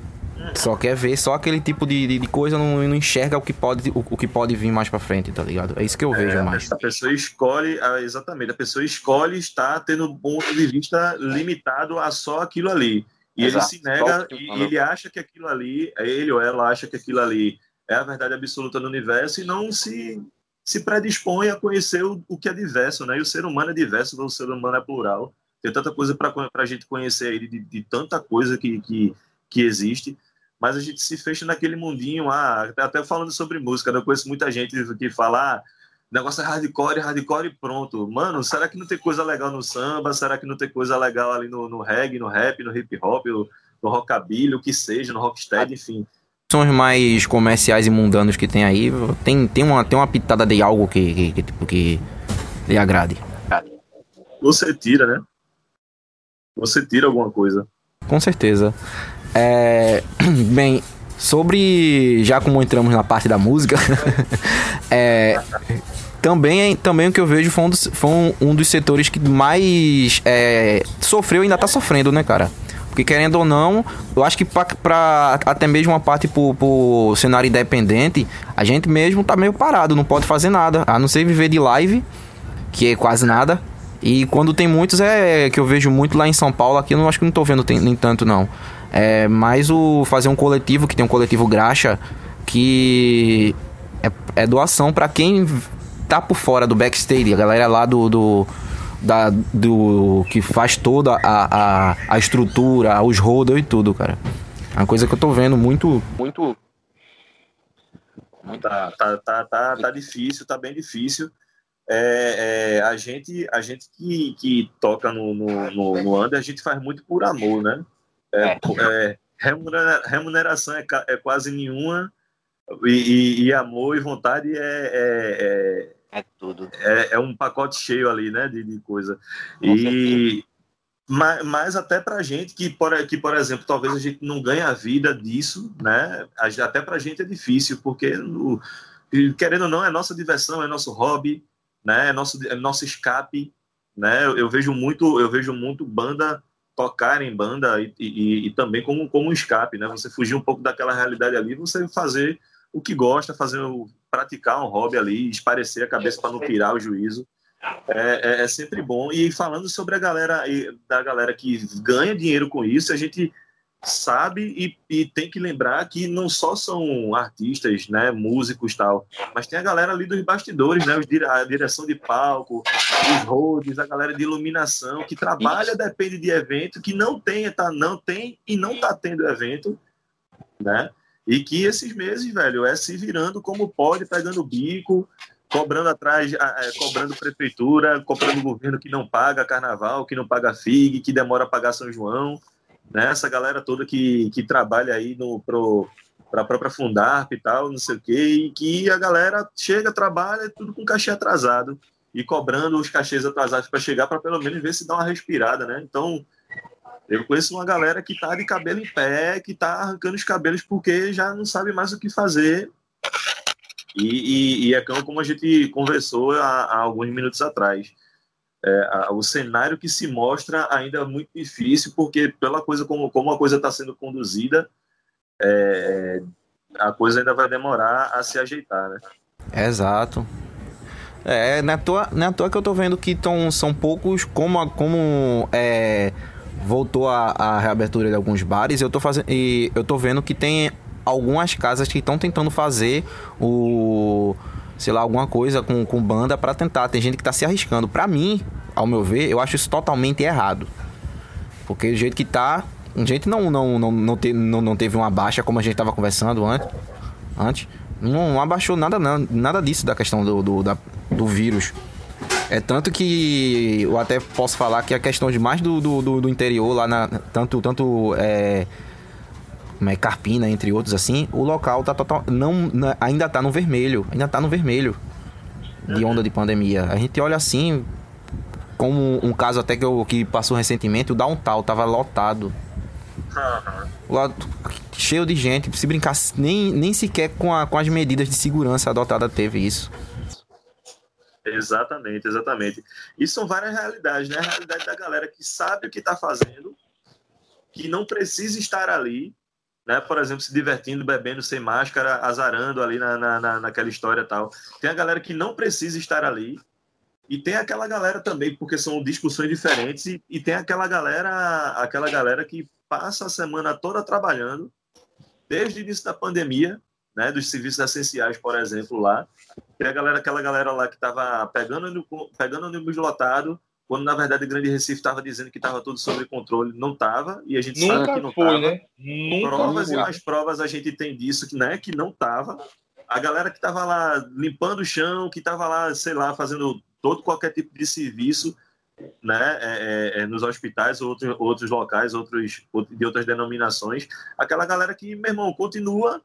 Só quer ver só aquele tipo de, de, de coisa, não, não enxerga o que, pode, o, o que pode vir mais pra frente, tá ligado? É isso que eu vejo é, mais. A pessoa escolhe, exatamente, a pessoa escolhe estar tendo um ponto de vista limitado a só aquilo ali. E Exato. Ele se nega, e ele acha que aquilo ali, ele ou ela acha que aquilo ali é a verdade absoluta do universo e não se, se predispõe a conhecer o, o que é diverso, né? E o ser humano é diverso, o ser humano é plural. Tem tanta coisa para a gente conhecer aí, de, de tanta coisa que, que, que existe, mas a gente se fecha naquele mundinho, ah, até falando sobre música, eu conheço muita gente que fala, ah, negócio é hardcore, hardcore e pronto. Mano, será que não tem coisa legal no samba? Será que não tem coisa legal ali no, no reggae, no rap, no hip hop, no, no rockabilly, o que seja, no rocksteady, enfim. sons mais comerciais e mundanos que tem aí, tem, tem, uma, tem uma pitada de algo que, que, que, tipo, que lhe agrade. Você tira, né? Você tira alguma coisa. Com certeza. É, bem, sobre... Já como entramos na parte da música... é, também, também o que eu vejo foi um dos, foi um, um dos setores que mais é, sofreu e ainda tá sofrendo, né, cara? Porque querendo ou não, eu acho que pra, pra até mesmo uma parte pro, pro cenário independente, a gente mesmo tá meio parado, não pode fazer nada, a não ser viver de live, que é quase nada. E quando tem muitos, é que eu vejo muito lá em São Paulo, aqui eu não acho que não tô vendo tem, nem tanto não. É mais o fazer um coletivo, que tem um coletivo Graxa, que é, é doação pra quem tá por fora do backstage, a galera lá do... do Da, do que faz toda a, a, a estrutura, os rodos e tudo, cara. É uma coisa que eu tô vendo muito. Muito. Tá, tá, tá, tá, tá difícil, tá bem difícil. É, é, a gente, a gente que, que toca no, no, no, no Under, a gente faz muito por amor, né? É, é, remunera, remuneração é, é quase nenhuma, e, e, e amor e vontade é, é, é É tudo. É, é um pacote cheio ali, né, de, de coisa. E, mas, mas até pra gente que por, que, por exemplo, talvez a gente não ganhe a vida disso, né, até pra gente é difícil, porque, no, querendo ou não, é nossa diversão, é nosso hobby, né, é nosso, é nosso escape, né, eu, eu vejo muito, eu vejo muito banda tocar em banda e, e, e também como, como um escape, né, você fugir um pouco daquela realidade ali, você fazer o que gosta, fazer o, praticar um hobby ali, esparecer a cabeça para não pirar o juízo, é, é, é sempre bom. E falando sobre a galera, da galera que ganha dinheiro com isso, a gente sabe e, e tem que lembrar que não só são artistas, né, músicos e tal, mas tem a galera ali dos bastidores, né, a direção de palco, os roads, a galera de iluminação, que trabalha, depende de evento, que não tem, tá, não tem e não tá tendo evento, né? E que esses meses, velho, é se virando como pode, pegando bico, cobrando atrás, é, cobrando prefeitura, cobrando governo que não paga carnaval, que não paga F I G, que demora a pagar São João, né? Essa galera toda que, que trabalha aí para a própria Fundarp e tal, não sei o quê, e que a galera chega, trabalha, tudo com cachê atrasado, e cobrando os cachês atrasados para chegar, para pelo menos ver se dá uma respirada, né? Então... Eu conheço uma galera que tá de cabelo em pé, que tá arrancando os cabelos porque já não sabe mais o que fazer. E, e, e é como a gente conversou há, há alguns minutos atrás. É, a, o cenário que se mostra ainda é muito difícil, porque pela coisa como, como a coisa está sendo conduzida, é, a coisa ainda vai demorar a se ajeitar, né? Exato. É, não é à toa, não é à toa que eu tô vendo que tão, são poucos, como, como é... voltou a, a reabertura de alguns bares, eu tô fazendo, e eu tô vendo que tem algumas casas que estão tentando fazer o, sei lá, alguma coisa com, com banda para tentar. Tem gente que tá se arriscando. Para mim, ao meu ver, eu acho isso totalmente errado. Porque do jeito que tá, a gente não, não, não, não, te, não, não teve uma baixa, como a gente tava conversando antes. antes não, não abaixou nada, não, nada disso da questão do, do, da, do vírus. É tanto que eu até posso falar que a questão de mais do, do, do interior, lá na. Tanto. tanto é, é, Carpina, entre outros, assim, o local tá total. Não, ainda tá no vermelho. Ainda tá no vermelho de onda de pandemia. A gente olha assim, como um caso até que, eu, que passou recentemente, o Downtown tava lotado. Lá, cheio de gente. Se brincar, nem, nem sequer com, a, com as medidas de segurança adotadas teve isso. Exatamente, exatamente. E são várias realidades, né? A realidade da galera que sabe o que está fazendo, que não precisa estar ali, né? Por exemplo, se divertindo, bebendo sem máscara, azarando ali na, na, naquela história e tal. Tem a galera que não precisa estar ali, e tem aquela galera também, porque são discussões diferentes, e, e tem aquela galera, aquela galera que passa a semana toda trabalhando, desde o início da pandemia, né, dos serviços essenciais, por exemplo, lá. Tem a galera, aquela galera lá que estava pegando, pegando o ônibus lotado, quando na verdade o Grande Recife estava dizendo que estava tudo sob controle, não estava, e a gente Nunca sabe que não foi, estava. né? Nunca Provas foi. E mais provas a gente tem disso, que, né, que não estava. A galera que estava lá limpando o chão, que estava lá, sei lá, fazendo todo qualquer tipo de serviço, né, é, é, nos hospitais, outros, outros locais, outros, de outras denominações, aquela galera que, meu irmão, continua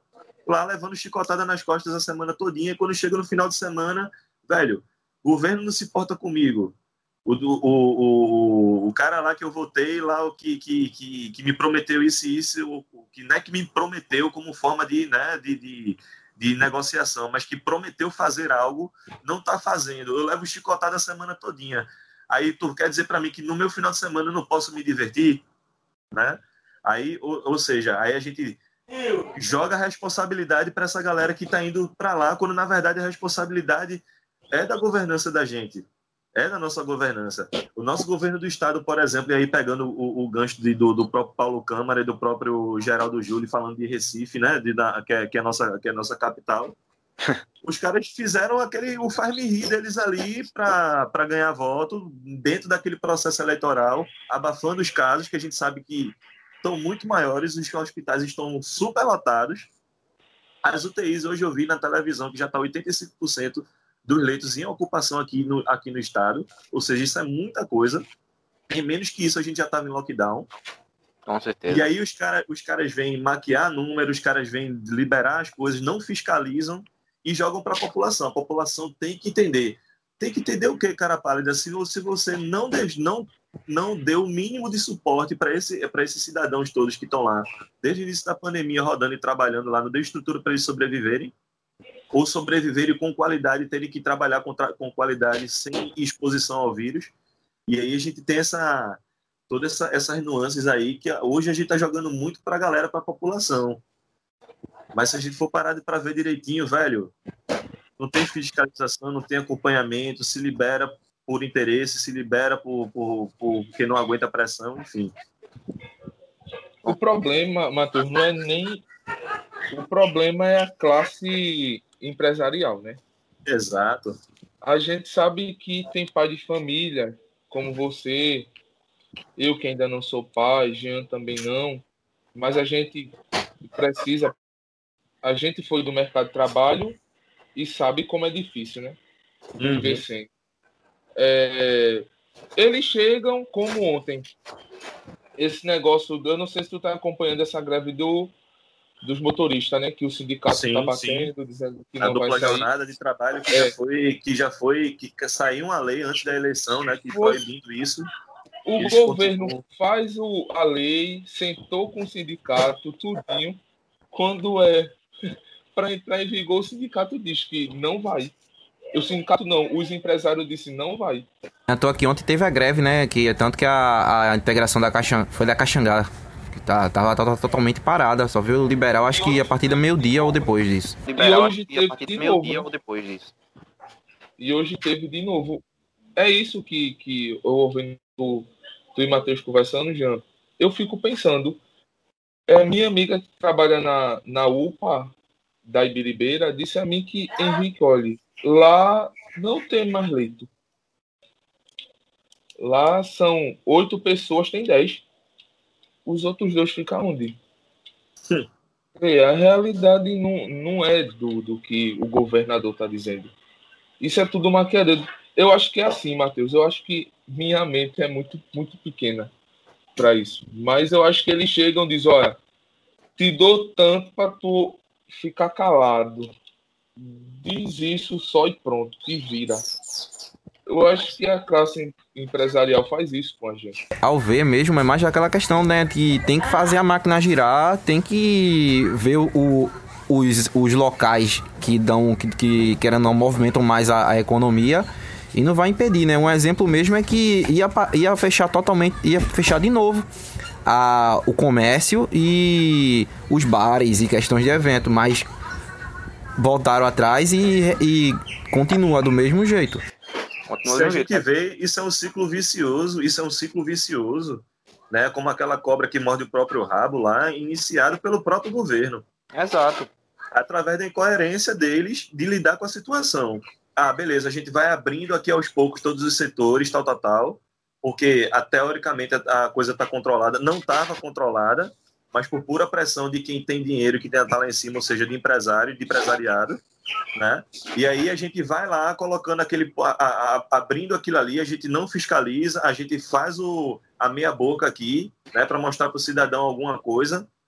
lá levando chicotada nas costas a semana todinha, e quando chega no final de semana, velho, o governo não se porta comigo. O, o, o, o cara lá que eu votei, lá o que, que, que, que me prometeu isso e isso, o, que não é que me prometeu como forma de, né, de, de, de negociação, mas que prometeu fazer algo, não está fazendo. Eu levo chicotada a semana todinha. Aí tu quer dizer para mim que no meu final de semana eu não posso me divertir? Né? Aí, ou, ou seja, aí a gente joga a responsabilidade para essa galera que está indo para lá, quando na verdade a responsabilidade é da governança da gente. É da nossa governança. O nosso governo do estado, por exemplo, e aí pegando o, o gancho de, do, do próprio Paulo Câmara e do próprio Geraldo Júlio, falando de Recife, né, de, da, que, é, que, é a nossa, que é a nossa capital, os caras fizeram aquele, o faz-me-rir deles ali para ganhar voto dentro daquele processo eleitoral, abafando os casos que a gente sabe que estão muito maiores, os hospitais estão superlotados. As U T Is, hoje eu vi na televisão que já está oitenta e cinco por cento dos leitos em ocupação aqui no, aqui no estado, ou seja, isso é muita coisa. Em menos que isso, a gente já estava em lockdown. Com certeza. E aí os, cara, os caras vêm maquiar números, os caras vêm liberar as coisas, não fiscalizam e jogam para a população. A população tem que entender. Tem que entender o que, cara pálida? Se, se você não, não, não deu o mínimo de suporte para esse, esses cidadãos todos que estão lá, desde o início da pandemia, rodando e trabalhando lá, não deu estrutura para eles sobreviverem, ou sobreviverem com qualidade, terem que trabalhar com, com qualidade sem exposição ao vírus. E aí a gente tem essa, todas essa, essas nuances aí que hoje a gente está jogando muito para a galera, para a população. Mas se a gente for parar para ver direitinho, velho, não tem fiscalização, não tem acompanhamento, se libera por interesse, se libera por, por, por porque não aguenta pressão, enfim. O problema, Matheus, não é nem... O problema é a classe empresarial, né? Exato. A gente sabe que tem pai de família, como você, eu que ainda não sou pai, Jean também não, mas a gente precisa... A gente foi do mercado de trabalho e sabe como é difícil, né? Viver Uhum. sem. É, eles chegam como ontem. Esse negócio, eu não sei se tu tá acompanhando essa greve do, dos motoristas, né? Que o sindicato Sim, tá batendo, sim. Dizendo que a não vai dupla sair. jornada de trabalho que É. já foi, que já foi, que saiu uma lei antes da eleição, né? Que Foi. proibindo isso. O Eles governo continuam. faz o, a lei, sentou com o sindicato, tudinho. Quando é para entrar em vigor, o sindicato diz que não vai. O sindicato não, os empresários disseram não vai. Eu tô aqui, ontem teve a greve, né? Que, tanto que a, a integração da Caixa, foi da Caxangá, que tá, tava, tava totalmente parada. Só viu liberal, acho que a partir do meio-dia ou depois disso. Liberal, hoje acho que a partir teve do de novo, meio-dia né? ou depois disso. E hoje teve de novo. É isso que, que eu ouvindo tu, tu e Matheus conversando, Jean. Eu fico pensando. É, minha amiga que trabalha na, na U P A da Ibiribeira disse a mim que, Henrique, olha, lá não tem mais leito. Lá são oito pessoas, tem dez. Os outros dois ficam onde? Sim. É, a realidade não, não é do, do que o governador está dizendo. Isso é tudo maquiadeiro. Eu acho que é assim, Matheus. Eu acho que minha mente é muito, muito pequena para isso. Mas eu acho que eles chegam e dizem, olha, te dou tanto para tu ficar calado. Diz isso só e pronto, te vira. Eu acho que a classe empresarial faz isso com a gente. Ao ver mesmo, é mais aquela questão, né? Que tem que fazer a máquina girar, tem que ver o, os, os locais que dão, que, que querendo não movimentam mais a, a economia. E não vai impedir, né? Um exemplo mesmo é que ia, ia fechar totalmente, ia fechar de novo a, o comércio e os bares e questões de evento, mas voltaram atrás e, e continua do mesmo jeito. Se a gente vê, isso é um ciclo vicioso, isso é um ciclo vicioso, né? Como aquela cobra que morde o próprio rabo lá, iniciado pelo próprio governo. Exato. Através da incoerência deles de lidar com a situação. Ah, beleza, a gente vai abrindo aqui aos poucos todos os setores, tal, tal, tal, porque a, teoricamente a, a coisa está controlada, não estava controlada, mas por pura pressão de quem tem dinheiro, que tem estar lá em cima, ou seja, de empresário, de empresariado, né? E aí a gente vai lá colocando aquele, a, a, abrindo aquilo ali, a gente não fiscaliza, a gente faz o, a meia boca aqui, né, para mostrar para o cidadão alguma coisa,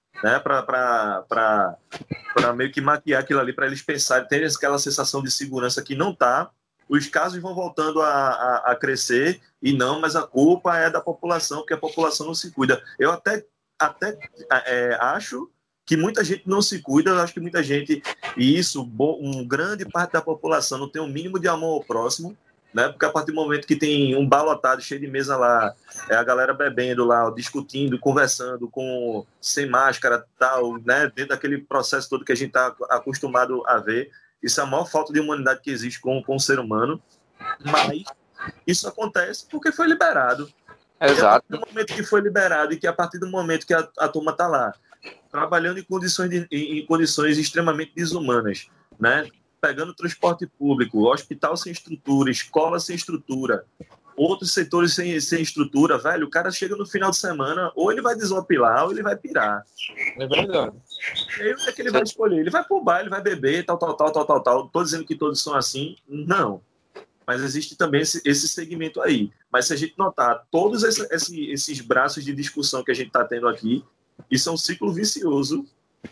né, para meio que maquiar aquilo ali, para eles pensarem, terem aquela sensação de segurança que não está. Os casos vão voltando a, a, a crescer e não, mas a culpa é da população, porque a população não se cuida. Eu até, até é, acho que muita gente não se cuida, eu acho que muita gente, e isso, um grande parte da população não tem o um mínimo de amor ao próximo, né? Porque a partir do momento que tem um bar lotado, cheio de mesa lá, é a galera bebendo lá, discutindo, conversando, com, sem máscara, tal, né? Dentro daquele processo todo que a gente está acostumado a ver, isso é a maior falta de humanidade que existe com, com o ser humano, mas isso acontece porque foi liberado. Exato. E a partir do momento que foi liberado e que a partir do momento que a, a turma está lá, trabalhando em condições, de, em, em condições extremamente desumanas, né? Pegando transporte público, hospital sem estrutura, escola sem estrutura, outros setores sem, sem estrutura, velho, o cara chega no final de semana, ou ele vai desopilar, ou ele vai pirar. É verdade. E aí, o que é que ele vai escolher? Ele vai pro bar, ele vai beber, tal, tal, tal, tal, tal, tal. Tô dizendo que todos são assim? Não. Mas existe também esse, esse segmento aí. Mas se a gente notar todos esse, esse, esses braços de discussão que a gente está tendo aqui, isso é um ciclo vicioso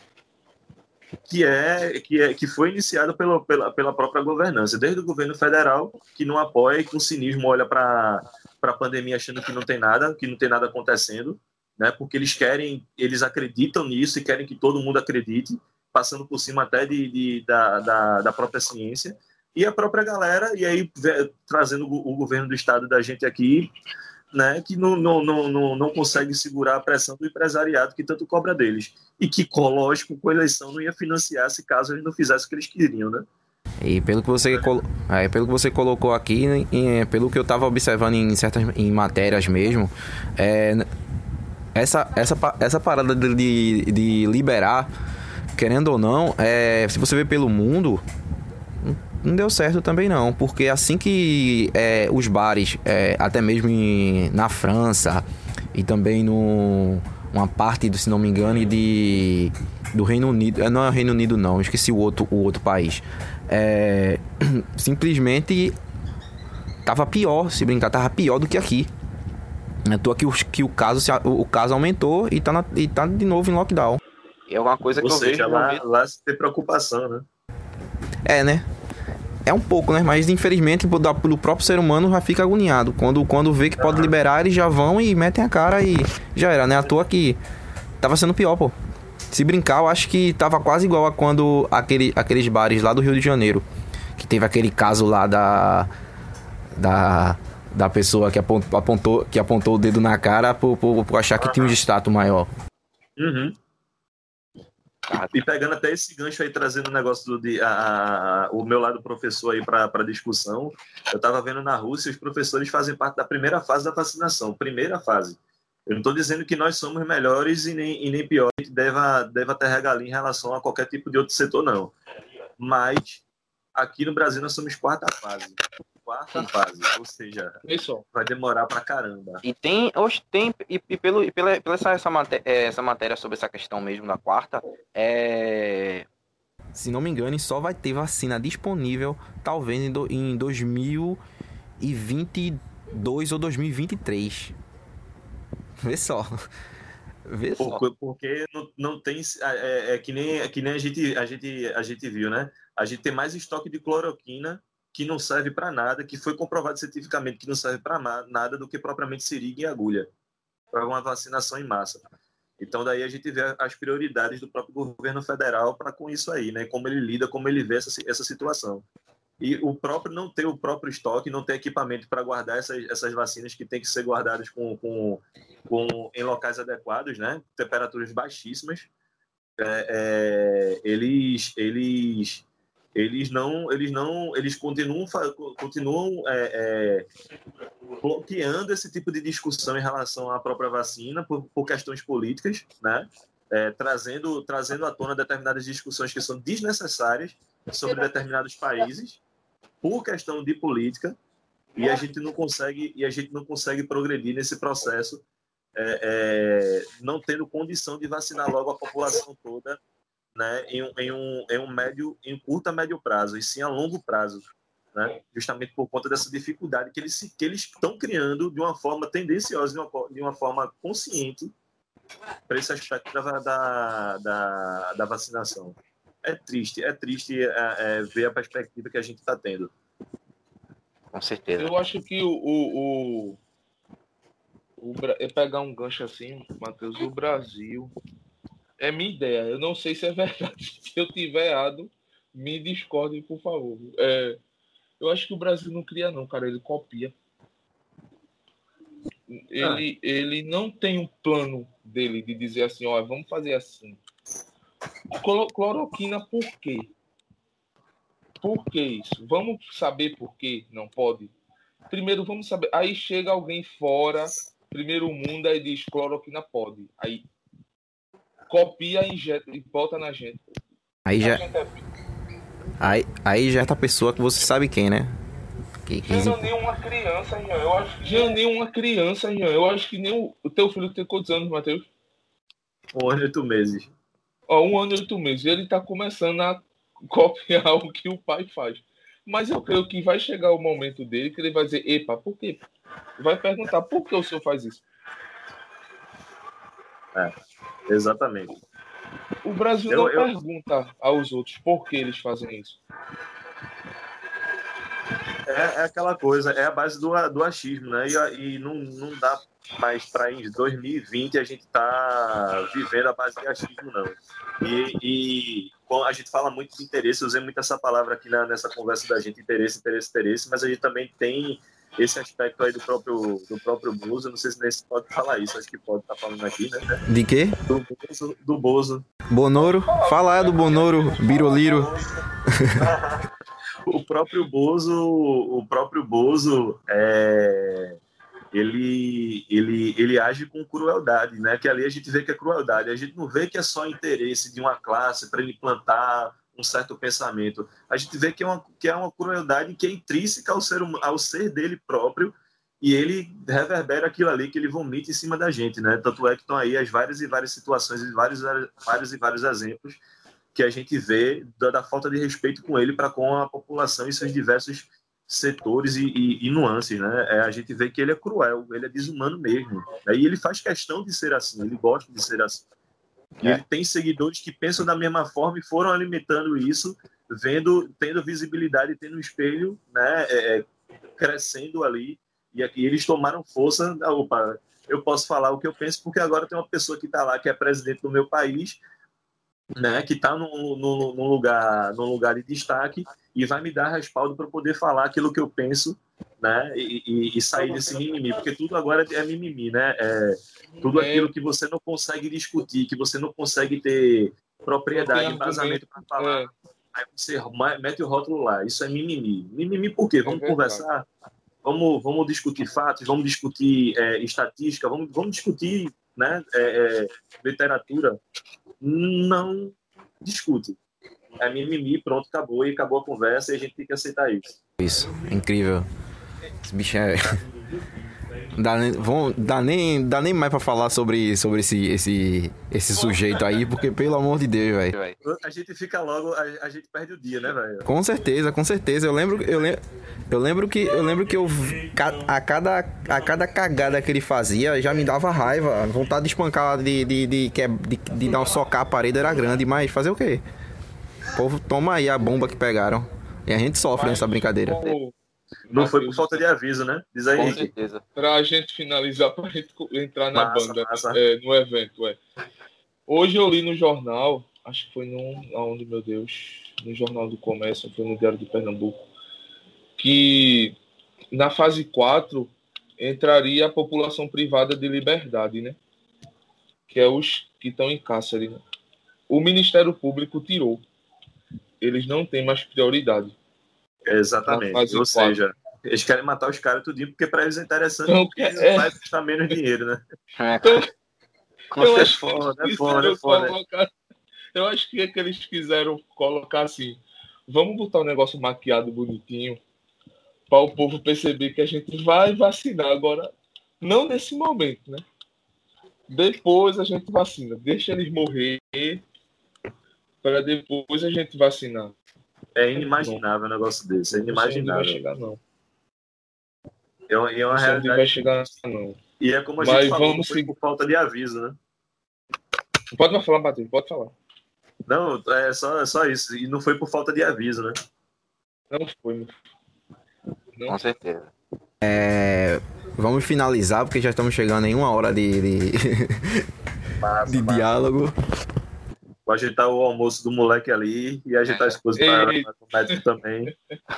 que, é, que, é, que foi iniciado pela, pela, pela própria governança, desde o governo federal, que não apoia e com cinismo olha para a pandemia achando que não tem nada, que não tem nada acontecendo, né? Porque eles querem, eles acreditam nisso e querem que todo mundo acredite, passando por cima até de, de, da, da, da própria ciência, e a própria galera, e aí trazendo o governo do estado da gente aqui, né, que não, não, não, não, não consegue segurar a pressão do empresariado que tanto cobra deles. E que, lógico, com a eleição não ia financiar se caso eles não fizessem o que eles queriam, né? E pelo que você, colo... é, pelo que você colocou aqui, em, pelo que eu estava observando em certas em matérias mesmo, é, essa, essa, essa parada de, de liberar, querendo ou não, é, se você vê pelo mundo, não deu certo também não, porque assim que é, os bares, é, até mesmo em, na França e também no uma parte, do, se não me engano, de, do Reino Unido, não é o Reino Unido não, esqueci o outro, o outro país, é, simplesmente tava pior, se brincar, tava pior do que aqui. Eu tô aqui que o caso, o caso aumentou e tá, na, e tá de novo em lockdown. E é uma coisa que Ou eu seja, vejo lá, lá se tem preocupação, né? É, né? É um pouco, né? Mas infelizmente pelo próprio ser humano já fica agoniado. Quando, quando vê que pode liberar, eles já vão e metem a cara e já era, né? À toa que tava sendo pior, pô. Se brincar, eu acho que tava quase igual a quando aquele, aqueles bares lá do Rio de Janeiro, que teve aquele caso lá da da, da pessoa que apontou, apontou, que apontou o dedo na cara por, por, por achar que tinha um status maior. Uhum. E pegando até esse gancho aí, trazendo o negócio do, de, a, a, o meu lado professor aí para discussão, eu estava vendo na Rússia, os professores fazem parte da primeira fase da vacinação, primeira fase. Eu não estou dizendo que nós somos melhores e nem, e nem piores, que deva, deva ter regalia em relação a qualquer tipo de outro setor, não. Mas aqui no Brasil nós somos quarta fase. Quarta fase, ou seja, Isso. vai demorar pra caramba. E tem, hoje tem, e, e, pelo, e pela, pela essa, essa, matéria, essa matéria sobre essa questão mesmo da quarta, é... se não me engano, só vai ter vacina disponível talvez em, do, em dois mil e vinte e dois ou dois mil e vinte e três. Vê só. Vê só. Porque, porque não, não tem. É, é que nem, é que nem a, gente, a, gente, a gente viu, né? A gente tem mais estoque de cloroquina que não serve para nada, que foi comprovado cientificamente que não serve para nada do que propriamente seringa e agulha para uma vacinação em massa. Então daí a gente vê as prioridades do próprio governo federal para com isso aí, né? Como ele lida, como ele vê essa, essa situação. E o próprio não ter o próprio estoque, não ter equipamento para guardar essas, essas vacinas que tem que ser guardadas com, com, com, em locais adequados, né? Temperaturas baixíssimas. É, é, eles, eles, eles não, eles não, eles continuam, continuam é, é, bloqueando esse tipo de discussão em relação à própria vacina por, por questões políticas, né? É, trazendo, trazendo à tona determinadas discussões que são desnecessárias sobre determinados países por questão de política, e a gente não consegue e a gente não consegue progredir nesse processo, é, é, não tendo condição de vacinar logo a população toda, né, em, um, em, um, em um médio, em um curto a médio prazo, e sim a longo prazo, né, justamente por conta dessa dificuldade que eles que eles estão criando de uma forma tendenciosa, de uma, de uma forma consciente, para esse aspecto da, da, da, da vacinação. É triste, é triste é, é, ver a perspectiva que a gente está tendo. Com certeza. Eu acho que o, o, o, o é pegar um gancho assim, Matheus, o Brasil é minha ideia. Eu não sei se é verdade. Se eu tiver errado, me discordem, por favor. É, eu acho que o Brasil não cria, não, cara. Ele copia. Ele, ah. ele não tem um plano dele de dizer assim, ó, vamos fazer assim. Cloroquina, por quê? Por que isso? Vamos saber por que não pode? Primeiro vamos saber. Aí chega alguém fora, primeiro mundo, aí diz cloroquina pode. Aí copia, injeta e bota na gente. Aí já. É... Aí, aí já é a pessoa que você sabe quem, né? Que, que... Já nem uma criança, Ian. Eu acho que já nem uma criança, Ian. Eu acho que nem o, o teu filho tem quantos anos, Matheus? Um ano e oito meses. Ó, um ano e oito meses. Ele tá começando a copiar o que o pai faz. Mas eu creio que vai chegar o momento dele que ele vai dizer, epa, por quê? Vai perguntar, por que o senhor faz isso? É, exatamente. O Brasil eu, não eu... pergunta aos outros por que eles fazem isso. É, é aquela coisa, é a base do, do achismo, né? E, e não, não dá mais para em dois mil e vinte a gente tá vivendo a base de achismo, não. E, e a gente fala muito de interesse, eu usei muito essa palavra aqui na, nessa conversa da gente, interesse, interesse, interesse, mas a gente também tem esse aspecto aí do próprio, do próprio Bozo, não sei se nesse pode falar isso, acho que pode estar tá falando aqui, né? De quê? Do Bozo. Do Bozo. Bonoro? Fala do Bonoro, Biroliro. O próprio Bozo, o próprio Bozo, é, ele, ele, ele age com crueldade, né? Que ali a gente vê que é crueldade. A gente não vê que é só interesse de uma classe para ele implantar um certo pensamento. A gente vê que é uma, que é uma crueldade que é intrínseca ao ser, ao ser dele próprio e ele reverbera aquilo ali que ele vomita em cima da gente, né? Tanto é que estão aí as várias e várias situações e vários, vários e vários exemplos que a gente vê da, da falta de respeito com ele para com a população e seus diversos setores e, e, e nuances, né? É, a gente vê que ele é cruel, ele é desumano mesmo. E ele faz questão de ser assim, ele gosta de ser assim. E é. Ele tem seguidores que pensam da mesma forma e foram alimentando isso, vendo, tendo visibilidade, tendo um espelho, né? É, crescendo ali. E aqui eles tomaram força. Opa, eu posso falar o que eu penso porque agora tem uma pessoa que está lá, que é presidente do meu país, né, que está num, num, num, lugar, num lugar de destaque e vai me dar respaldo para poder falar aquilo que eu penso, né, e, e, e sair desse mimimi, porque tudo agora é mimimi, né, é, tudo aquilo que você não consegue discutir, que você não consegue ter propriedade, embasamento para falar, é. Aí você mete o rótulo lá, isso é mimimi. Mimimi por quê? Vamos é conversar, vamos, vamos discutir fatos, vamos discutir é, estatística, vamos, vamos discutir, né, é, é, literatura. Não discute. É mimimi, pronto, acabou e acabou a conversa e a gente tem que aceitar isso. Isso, incrível. Esse bicho é... Dá nem, vão, dá, nem, dá nem mais pra falar sobre, sobre esse, esse, esse sujeito aí, porque pelo amor de Deus, velho. A gente fica logo, a, a gente perde o dia, né, velho? Com certeza, com certeza. Eu lembro, eu lembro, eu lembro que eu lembro que eu a cada, a cada cagada que ele fazia já me dava raiva. A vontade de espancar, de, de, de, de, de, de dar um socar a parede era grande, mas fazer o quê? O povo toma aí a bomba que pegaram. E a gente sofre nessa brincadeira. Não Mateus, foi por falta de aviso, né? Diz aí. Com certeza. Pra gente finalizar, pra gente entrar na massa, banda, massa. É, no evento, é. Hoje eu li no jornal, acho que foi no, aonde, meu Deus, no Jornal do Comércio, foi no Diário de Pernambuco, que na fase quatro entraria a população privada de liberdade, né? Que é os que estão em cárcere, né? O Ministério Público tirou. Eles não têm mais prioridade. Exatamente, ou seja, eles querem matar os caras tudinho, porque para eles é interessante, então, porque é... vai custar menos dinheiro, né? Então, eu, é acho foda, é foda, é foda. Colocar, eu acho que é que eles quiseram colocar assim, vamos botar um negócio maquiado bonitinho, para o povo perceber que a gente vai vacinar agora, não nesse momento, né? Depois a gente vacina, deixa eles morrer, para depois a gente vacinar. É inimaginável um negócio desse, é inimaginável. Não vai chegar, não. É uma, é uma realidade. Não vai chegar, não. E é como a Mas gente falou, vamos foi por falta de aviso, né? Pode falar, Matheus, pode falar. Não, é só, é só isso. E não foi por falta de aviso, né? Não foi, não. Com certeza. É, vamos finalizar, porque já estamos chegando em uma hora de, de, Passa, de diálogo. Vou ajeitar o almoço do moleque ali e ajeitar a esposa para o médico também.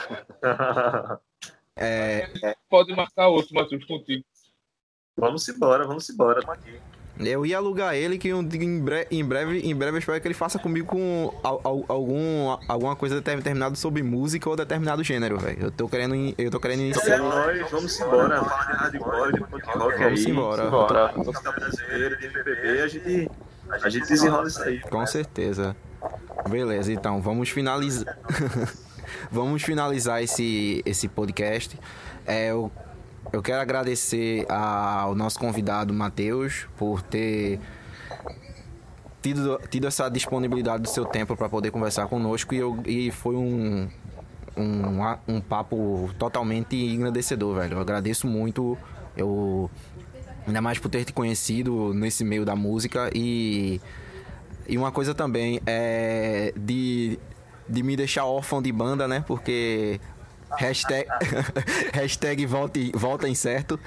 É, Pode marcar outro, Matheus, contigo. Vamos embora, vamos embora. Tô aqui. eu ia alugar ele, que eu, em, bre- em breve em breve eu espero que ele faça comigo com al- al- algum, alguma coisa determinada sobre música ou determinado gênero, velho. Eu tô querendo in- eu tô querendo É iniciar. nóis, vamos embora. Fala de hardcore, de punk rock aí. Vamos embora. Bora. Música brasileira, de M P B, a gente, a gente desenrola isso aí. Com certeza. Beleza, então vamos finalizar. Vamos finalizar esse, esse podcast. É, eu, eu quero agradecer ao nosso convidado Matheus por ter tido, tido essa disponibilidade do seu tempo para poder conversar conosco. E, eu, e foi um, um, um papo totalmente engrandecedor, velho. Eu agradeço muito. Eu, ainda mais por ter te conhecido nesse meio da música. E, e uma coisa também é de. de me deixar órfão de banda, né? Porque hashtag, hashtag volta, volta incerto.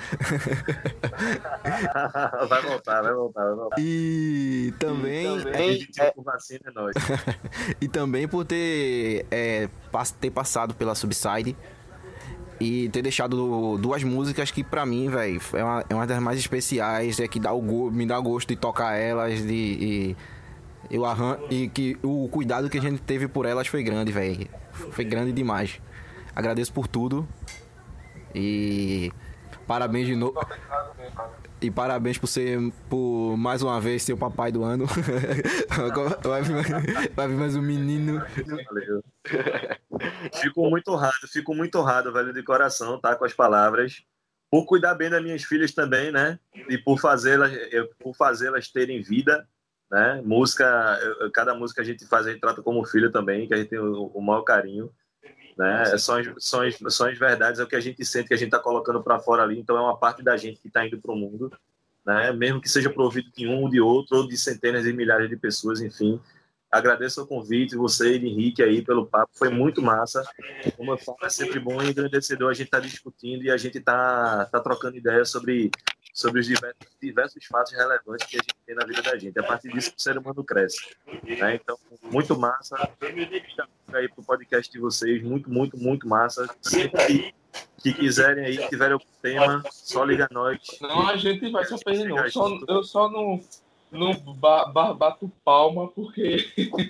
Vai voltar, vai voltar, vai voltar. E também, A gente tira por vacina, é nóis. e também por ter, é, pass- ter passado pela Subside e ter deixado duas músicas que pra mim, velho, é uma, é uma das mais especiais, é que dá o go- me dá gosto de tocar elas, de... E, eu arran... e que o cuidado que a gente teve por elas foi grande, velho. Foi grande demais. Agradeço por tudo. E parabéns de novo. E parabéns por ser, por mais uma vez, ser o papai do ano. Vai vir mais, vai vir mais um menino. Valeu. Fico muito honrado, fico muito honrado, velho, de coração, tá? Com as palavras. Por cuidar bem das minhas filhas também, né? E por fazê-las, eu- por fazê-las terem vida. Né? Música, eu- cada música que a gente faz, a gente trata como filho também, que a gente tem o, o maior carinho, né? São, as- são, as- são as verdades, é o que a gente sente, que a gente está colocando para fora ali, então é uma parte da gente que está indo para o mundo, né? Mesmo que seja pro ouvido de um ou de outro, ou de centenas e milhares de pessoas, enfim. Agradeço o convite, você e Henrique aí pelo papo, foi muito massa. Como eu falo, é sempre bom e engrandecedor a gente estar tá discutindo e a gente tá, tá trocando ideias sobre sobre os diversos, diversos fatos relevantes que a gente tem na vida da gente. A partir disso que o ser humano cresce. Né? Então, muito massa. Aí pro podcast de vocês, muito, muito, muito massa. Sempre que quiserem aí, tiverem algum tema, só liga a nós. Não, a gente vai se perder, não. Só, eu só não, não ba, ba, bato palma porque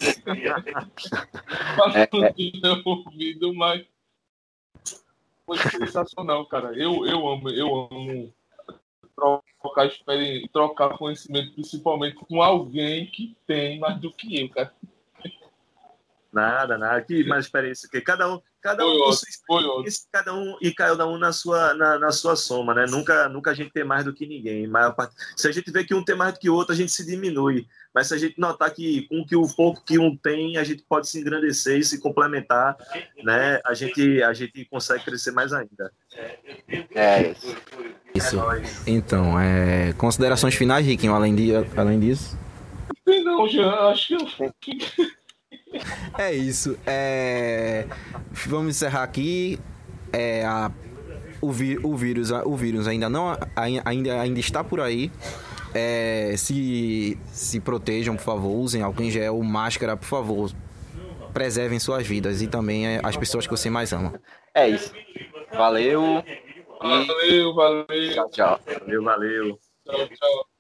É, é. no meu ouvido, mas foi sensacional, cara. Eu, eu amo, eu amo trocar experiência, trocar conhecimento, principalmente com alguém que tem mais do que eu, cara. Nada, nada. Que mais experiência que cada um, cada um Foi com ótimo, sua foi ótimo. experiência, cada um e cada um na sua na, na sua soma, né? Nunca nunca a gente tem mais do que ninguém. Mas a part- se a gente vê que um tem mais do que o outro, a gente se diminui. Mas se a gente notar que com que o pouco que um tem, a gente pode se engrandecer e se complementar, né? A gente a gente consegue crescer mais ainda. É isso. Isso. Então, é, considerações finais, Riquinho, além, de, além disso? Não, Jean, acho que eu É isso. É, vamos encerrar aqui. É, a, o, vi, o, vírus, o vírus ainda não ainda, ainda está por aí. É, se, se protejam, por favor. Usem álcool em gel, máscara, por favor. Preservem suas vidas e também é, as pessoas que você mais ama. É isso. Valeu. E valeu, valeu. tchau, tchau. Valeu, valeu. Tchau, tchau.